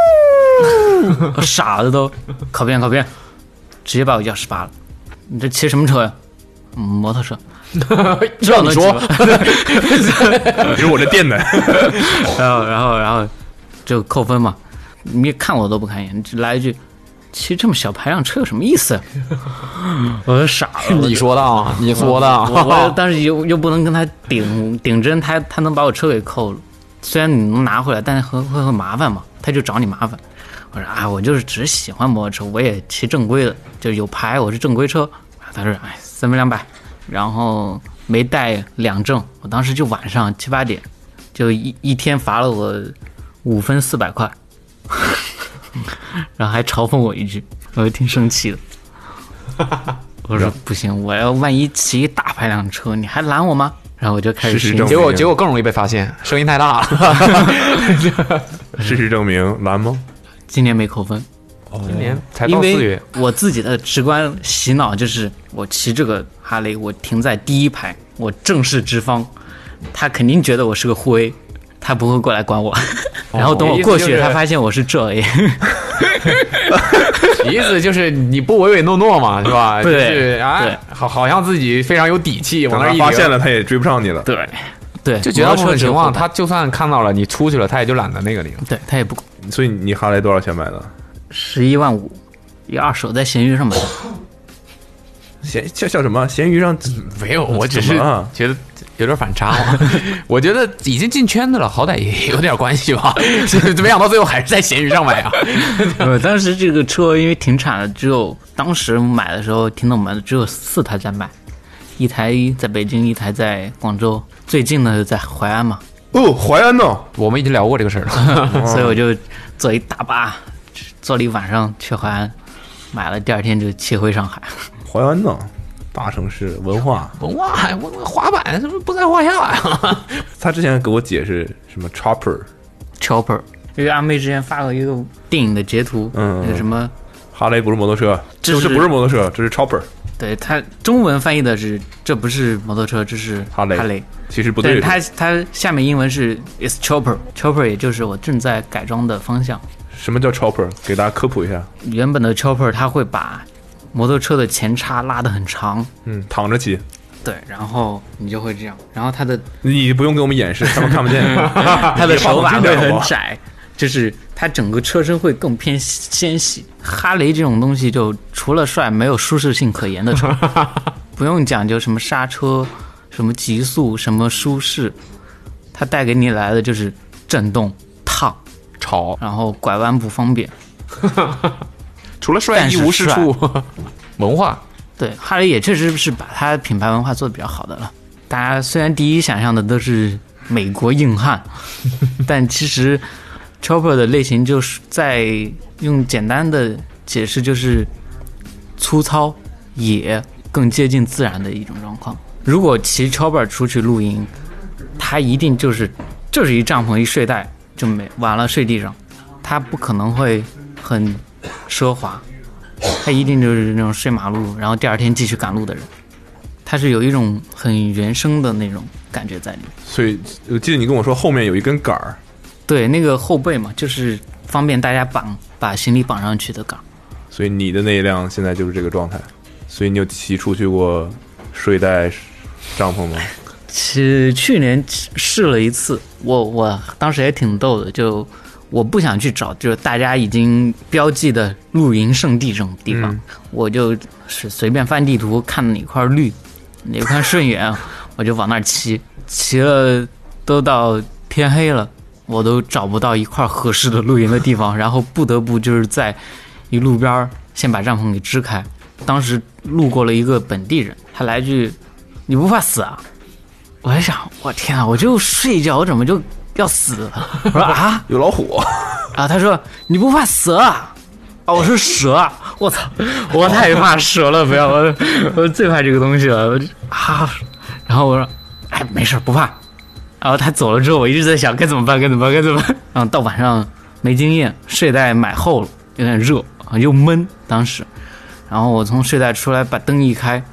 傻了都，考编考编，直接把我钥匙拔了。你这骑什么车呀？嗯，摩托车。 让你说， 是我这电的。 然后然后然后就扣分嘛，你看我都不看一眼，只来一句。骑这么小排量车有什么意思？我就傻了。 你说的啊，你说的。 我我当时又又不能跟他顶顶针，他他能把我车给扣了。虽然你能拿回来，但是会会很麻烦嘛，他就找你麻烦。我说啊，我就是只是喜欢摩托车，我也骑正规的，就是有牌，我是正规车。他说哎，三分两百，然后没带两证，我当时就晚上七八点，就一一天罚了我五分四百块。然后还嘲讽我一句，我就挺生气的。我说不行，我要万一骑大排量车，你还拦我吗？然后我就开始事实证明， 结果结果更容易被发现，声音太大了。 事实证明，拦吗？ 今年没扣分， 今年才到四月。 我自己的直观洗脑就是，我骑这个哈雷，我停在第一排，我正视之方，他肯定觉得我是个护 A。他不会过来管我，然后等我过去，他发现我是这 A， 意思就是你不唯唯诺诺嘛，是吧？ 对， 就是啊，好，好像自己非常有底气，往那一发现了，他也追不上你了。 对，对， 就绝大部分情况，他就算看到了你出去了，他也就懒得那个你了。 对他也不。 所以你哈雷多少钱买的？ 十一万五，一二手在闲鱼上买的。 闲叫叫什么？闲鱼上没有，我只是觉得有点反差嘛。我觉得已经进圈子了，好歹也有点关系吧。没想到最后还是在闲鱼上买啊。 我当时这个车因为停产了，只有当时买的时候停冷门的只有四台在卖，一台在北京，一台在广州，最近的在淮安嘛。 哦，淮安呢？ 我们已经聊过这个事儿了， 所以我就坐一大巴，坐了一晚上去淮安，买了，第二天就骑回上海。 淮安呢？大城市文化， 文化，我滑板是不是不在话下呀？ 他之前给我解释什么 chopper，chopper， 因为阿妹之前发过一个电影的截图， 嗯， 那个什么哈雷不是摩托车， 这是不是摩托车，这是 chopper。 对，他中文翻译的是这不是摩托车，这是哈雷。 哈雷其实不对， 他他下面英文是 is chopper，chopper 也就是我正在改装的方向。 什么叫 chopper？ 给大家科普一下。 原本的 chopper 它会把摩托车的前叉拉得很长， 嗯，躺着骑， 对，然后你就会这样，然后它的你不用给我们演示，他们看不见， 它的手把会很窄，就是它整个车身会更偏纤细。哈雷这种东西就除了帅，没有舒适性可言的车，不用讲究什么刹车、什么极速、什么舒适，它带给你来的就是震动、烫、 吵， 然后拐弯不方便。 除了帅一无是处，文化对哈雷也确实是把它品牌文化做得比较好的了。大家虽然第一想象的都是美国硬汉，但其实 Chopper 的类型就是在用简单的解释就是粗糙野更接近自然的一种状况。如果骑 Chopper 出去露营，它一定就是就是一帐篷一睡袋就没完了，睡地上，它不可能会很奢华，他一定就是那种睡马路，然后第二天继续赶路的人，他是有一种很原生的那种感觉在里面。 所以我记得你跟我说后面有一根杆儿， 对，那个后背嘛，就是方便大家绑把行李绑上去的杆。 所以你的那一辆现在就是这个状态。所以你有骑出去过睡袋帐篷吗？ 去去年试了一次，我我当时也挺逗的，就我不想去找就是大家已经标记的露营圣地这种地方，嗯、我就是随便翻地图，看哪块绿，哪块顺眼，我就往那儿骑。骑了都到天黑了，我都找不到一块合适的露营的地方，然后不得不就是在一路边先把帐篷给支开。当时路过了一个本地人，他来句：“你不怕死啊？”我还想，我天啊，我就睡一觉，我怎么就要死？我说啊， 有老虎啊！他说你不怕蛇啊？啊，我说蛇啊！我操，我太怕蛇了，不要我，我最怕这个东西了。我啊，然后我说，哎，没事不怕。然后他走了之后，我一直在想该怎么办，该怎么办，该怎么办。然后到晚上没经验，睡袋买厚了，有点热啊，又闷。当时，然后我从睡袋出来，把灯一开，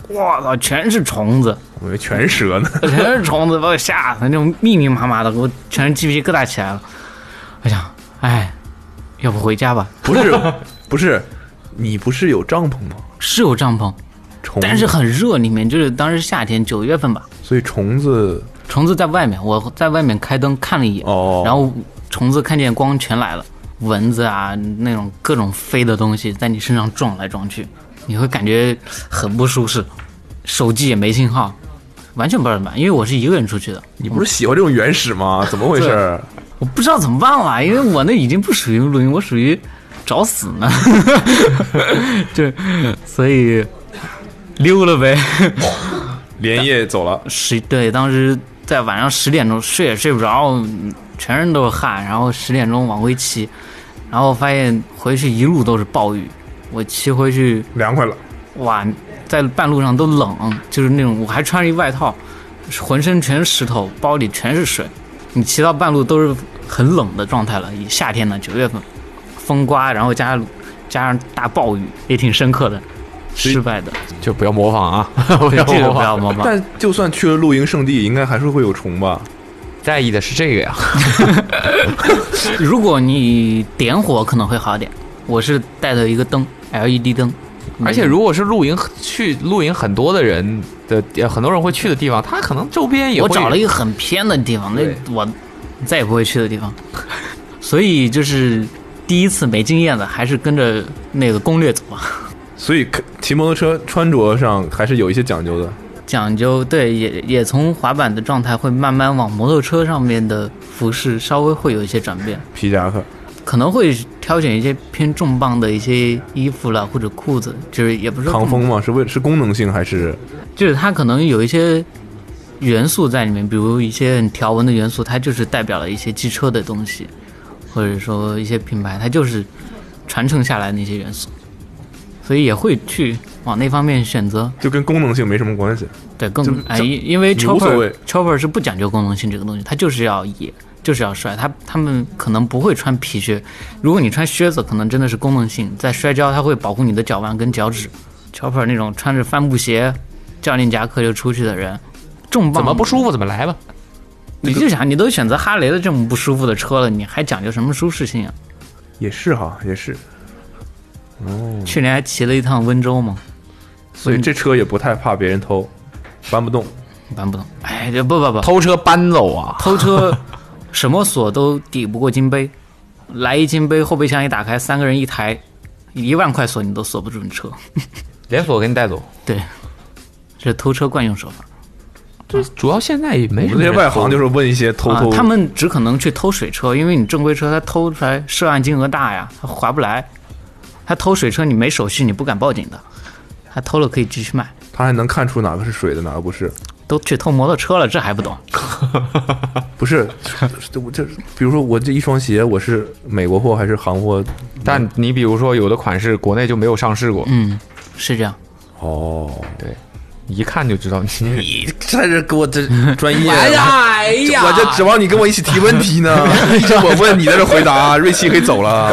我操，全是虫子， 我以为全是蛇呢。 全是虫子，把我吓死，那种密密麻麻的，我全是鸡皮疙瘩起来了。我想，哎，要不回家吧？ 不是，不是，你不是有帐篷吗？ 是有帐篷， 虫， 但是很热，里面就是当时夏天九月份吧， 所以虫子， 虫子在外面，我在外面开灯看了一眼， 哦， 然后虫子看见光全来了，蚊子啊那种各种飞的东西在你身上撞来撞去，你会感觉很不舒适，手机也没信号，完全不知道怎么办，因为我是一个人出去的。 你不是喜欢这种原始吗？怎么回事？ 我不知道怎么办了，因为我那已经不属于露营，我属于找死呢。就所以溜了呗。 连夜走了。 十对，当时在晚上十点钟睡也睡不着，全身都是汗，然后十点钟往回骑，然后发现回去一路都是暴雨，我骑回去凉快了。 哇，在半路上都冷，就是那种我还穿着一外套，浑身全是石头，包里全是水。你骑到半路都是很冷的状态了，夏天呢，九月份，风刮，然后加加上大暴雨，也挺深刻的，失败的， 就不要模仿啊，不要这个模仿。 不要模仿。 但就算去了露营圣地，应该还是会有虫吧？ 在意的是这个呀。 如果你点火可能会好点，我是带的一个灯 L E D 灯， 而且如果是露营去露营很多的人的很多人会去的地方，他可能周边也会。 我找了一个很偏的地方，那对我再也不会去的地方，所以就是第一次没经验的，还是跟着那个攻略走吧。 所以骑摩托车穿着上还是有一些讲究的。 讲究对，也也从滑板的状态会慢慢往摩托车上面的服饰稍微会有一些转变， 皮夹克可能会挑选一些偏重磅的一些衣服了或者裤子，就是也不是抗风吗？是为是功能性还是？ 就是它可能有一些元素在里面，比如一些很条纹的元素，它就是代表了一些机车的东西，或者说一些品牌，它就是传承下来的那些元素，所以也会去往那方面选择。 就跟功能性没什么关系。 对，更就哎，因为你无所 chopper 谓 chopper 是不讲究功能性这个东西，它就是要野，就是要帅。他他们可能不会穿皮靴，如果你穿靴子，可能真的是功能性，在摔跤它会保护你的脚腕跟脚趾。chopper 那种穿着帆布鞋、教练夹克就出去的人，重磅怎么不舒服怎么来吧。 你就想，你都选择哈雷的这么不舒服的车了，你还讲究什么舒适性啊？ 也是哈，也是。哦， 去年还骑了一趟温州嘛， 所以这车也不太怕别人偷，搬不动。 搬不动。哎，这不不不， 偷车搬走啊！ 偷车什么锁都抵不过金杯，来一金杯，后备箱一打开，三个人一台，一万块锁你都锁不住你车。 连锁给你带走。 对，这是偷车惯用手法。 这主要现在也没我什么人们这些外行就是问一些偷偷、 啊，他们只可能去偷水车，因为你正规车他偷出来涉案金额大呀，他划不来。他偷水车你没手续你不敢报警的，他偷了可以继续卖。 他还能看出哪个是水的，哪个不是。 都去偷摩托车了，这还不懂？ 不是，这我这比如说我这一双鞋，我是美国货还是韩货？ 但你比如说有的款式国内就没有上市过， 嗯，是这样。 哦， 对，一看就知道你。 你在这给我这专业， 哎呀，哎呀， 我就指望你跟我一起提问题呢。一直我问你在这回答，瑞奇可以走了。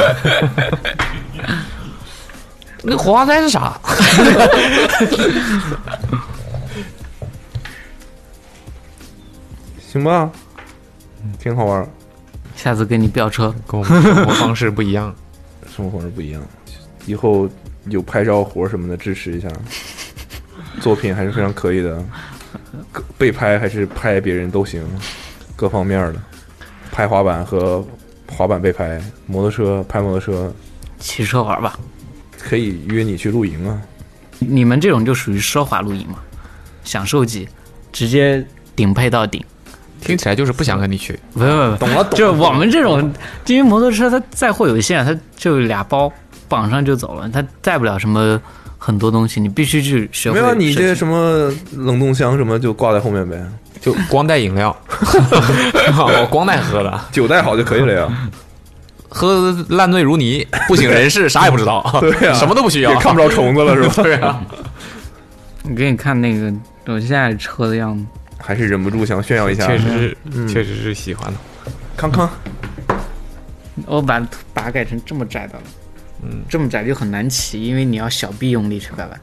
那火花塞是啥？ 行吧，挺好玩。 下次跟你飙车， 跟我们生活方式不一样， 生活方式不一样。以后有拍照活什么的支持一下，作品还是非常可以的。被拍还是拍别人都行，各方面的。拍滑板和滑板被拍，摩托车拍摩托车， 骑车玩吧。 可以约你去露营啊。 你们这种就属于奢华露营嘛，享受级，直接顶配到顶。 听起来就是不想跟你去。 不不不， 懂了懂了。 就是我们这种，因为摩托车它载货有限，它就俩包绑上就走了，它载不了什么很多东西，你必须去学会。 没有你这什么冷冻箱什么就挂在后面呗， 就光带饮料，我光带喝的， 酒带好就可以了呀。 喝烂醉如泥，不省人事，啥也不知道， 对呀、啊， 什么都不需要， 也看不着虫子了是吧？ 对啊。 你给你看那个我现在车的样子， 还是忍不住想炫耀一下。 确实是， 嗯、 确实是喜欢的。 康康， 我把把改成这么窄的了，嗯，这么窄就很难骑，因为你要小臂用力去改弯。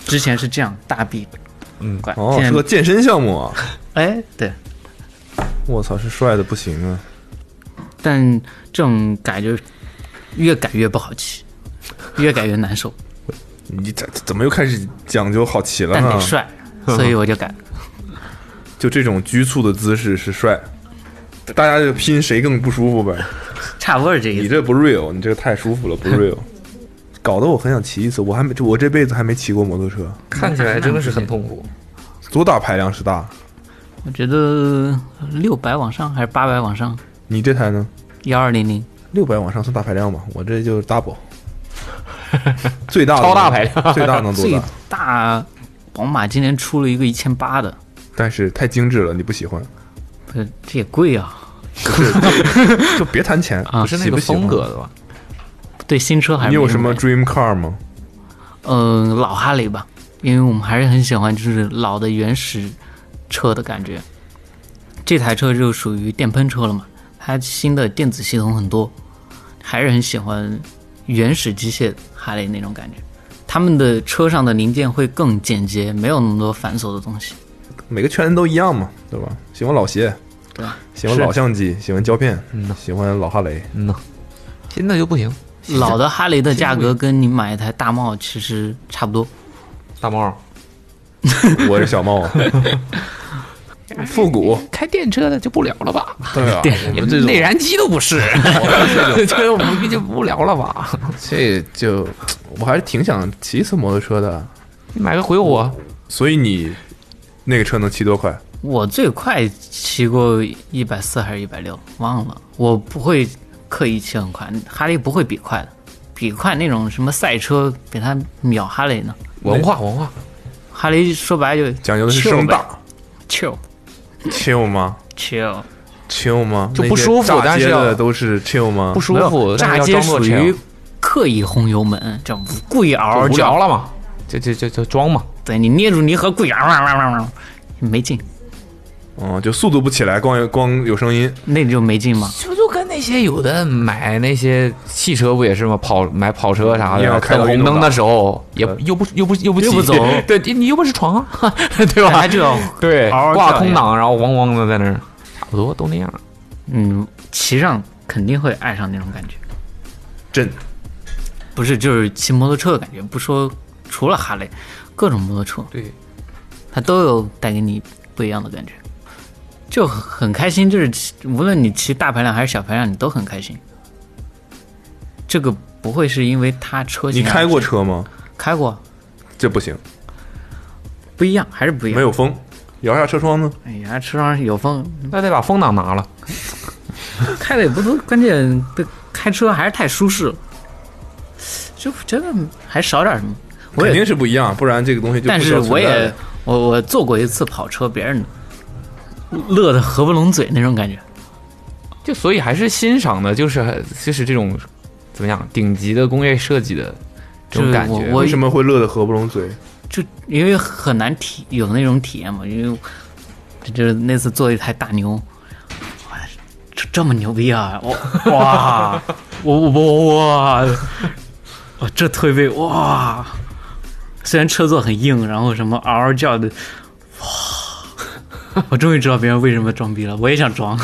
之前是这样大臂， 嗯， 拐， 哦， 现在是个健身项目啊！ 哎对， 我操，是帅的不行啊！ 但这种改就越改越不好骑，越改越难受， 你这怎么又开始讲究好骑了呢？ 但得帅，所以我就改。 就这种局促的姿势是帅，大家就拼谁更不舒服呗。 差不多是这意思。 你这不 real， 你这个太舒服了，不 real。搞得我很想骑一次，我还没，我这辈子还没骑过摩托车。 看起来真的是很痛苦。 多大排量是大？ 我觉得六百往上还是八百往上？ 你这台呢？ 幺二零零， 六百往上算大排量吗？我这就是 double， 最大的超大排量， 最大能多最大？ 大宝马今年出了一个一千八的， 但是太精致了，你不喜欢？ 不是这也贵啊。 不是，就别谈钱， 啊不是那个喜不喜欢风格的吧？ 对新车还你有什么没买 dream car 吗？ 嗯、呃，老哈雷吧，因为我们还是很喜欢就是老的原始车的感觉。这台车就属于电喷车了嘛，它新的电子系统很多，还是很喜欢原始机械哈雷那种感觉。他们的车上的零件会更简洁，没有那么多繁琐的东西。 每个圈人都一样嘛，对吧？喜欢老鞋， 对吧？ 喜欢老相机，喜欢胶片， 嗯喜欢老哈雷。 嗯呐，新的就不行。 老的哈雷的价格跟你买一台大帽其实差不多。 大猫， 我是小帽啊，复古。 开电车的就不聊了吧？ 对啊，我你们这种内燃机都不是，这我们就不聊了吧？ 这就我还是挺想骑一次摩托车的。 你买个回我， 所以你那个车能骑多快？ 我最快骑过一百四还是一百六，忘了。我不会刻意骑很快，哈雷不会比快的，比快那种什么赛车比它秒哈雷呢。 文化文化， 哈雷说白就讲究的是声大 ，chill chill 吗 chill， ？chill 吗？ 就不舒服那些炸街但是要的都是 chill 吗？ 不舒没有服，但炸街是要装作属 chill 于刻意轰油门，这故意嗷嗷无聊叫。 了嘛，就就就就装嘛。 对你捏住离合，故意嗷嗷嗷嗷嗷，没劲， 哦，就速度不起来，光有光有声音。 那就没劲嘛。 就就跟那些有的买那些汽车不也是吗？跑买跑车啥的， 你要开到等红灯的时候也对又不又不又不又不走对你又不是闯啊，对吧？ 还就要对嗷嗷叫挂空挡，然后汪汪的在那儿，差不多都那样。 嗯，骑上肯定会爱上那种感觉。 震， 不是，就是骑摩托车的感觉。不说除了哈雷，各种摩托车， 对， 它都有带给你不一样的感觉，就很很开心。就是骑无论你骑大排量还是小排量，你都很开心。这个不会是因为它车型。 你开过？车吗？ 开过， 这不行， 不一样，还是不一样。 没有风，摇下车窗呢。 哎呀，车上有风， 那得把风挡拿了。 开的也不多，关键对开车还是太舒适了，就真的还少点什么。我肯也定是不一样，不然这个东西就不但是需要存在我也了我我坐过一次跑车，别人乐得合不拢嘴那种感觉。 就所以还是欣赏的，就是就是这种怎么样顶级的工业设计的这种感觉。 就是我为什么会乐得合不拢嘴？ 就因为很难体有那种体验嘛，因为就是那次坐一台大牛，哇，这这么牛逼啊！我哇，我我哇，哇这推背哇！虽然车座很硬，然后什么嗷嗷叫的，哇！我终于知道别人为什么装逼了，我也想装。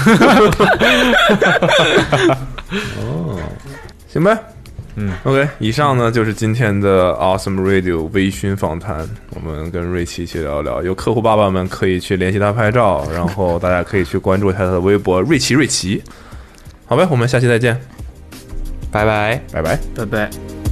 行呗。嗯 ，OK， 以上呢就是今天的 Awesome Radio 微醺访谈，我们跟瑞奇一起聊聊。有客户爸爸们可以去联系他拍照，然后大家可以去关注一下他的微博瑞奇瑞奇。好呗，我们下期再见， 拜拜。 拜拜。 拜拜。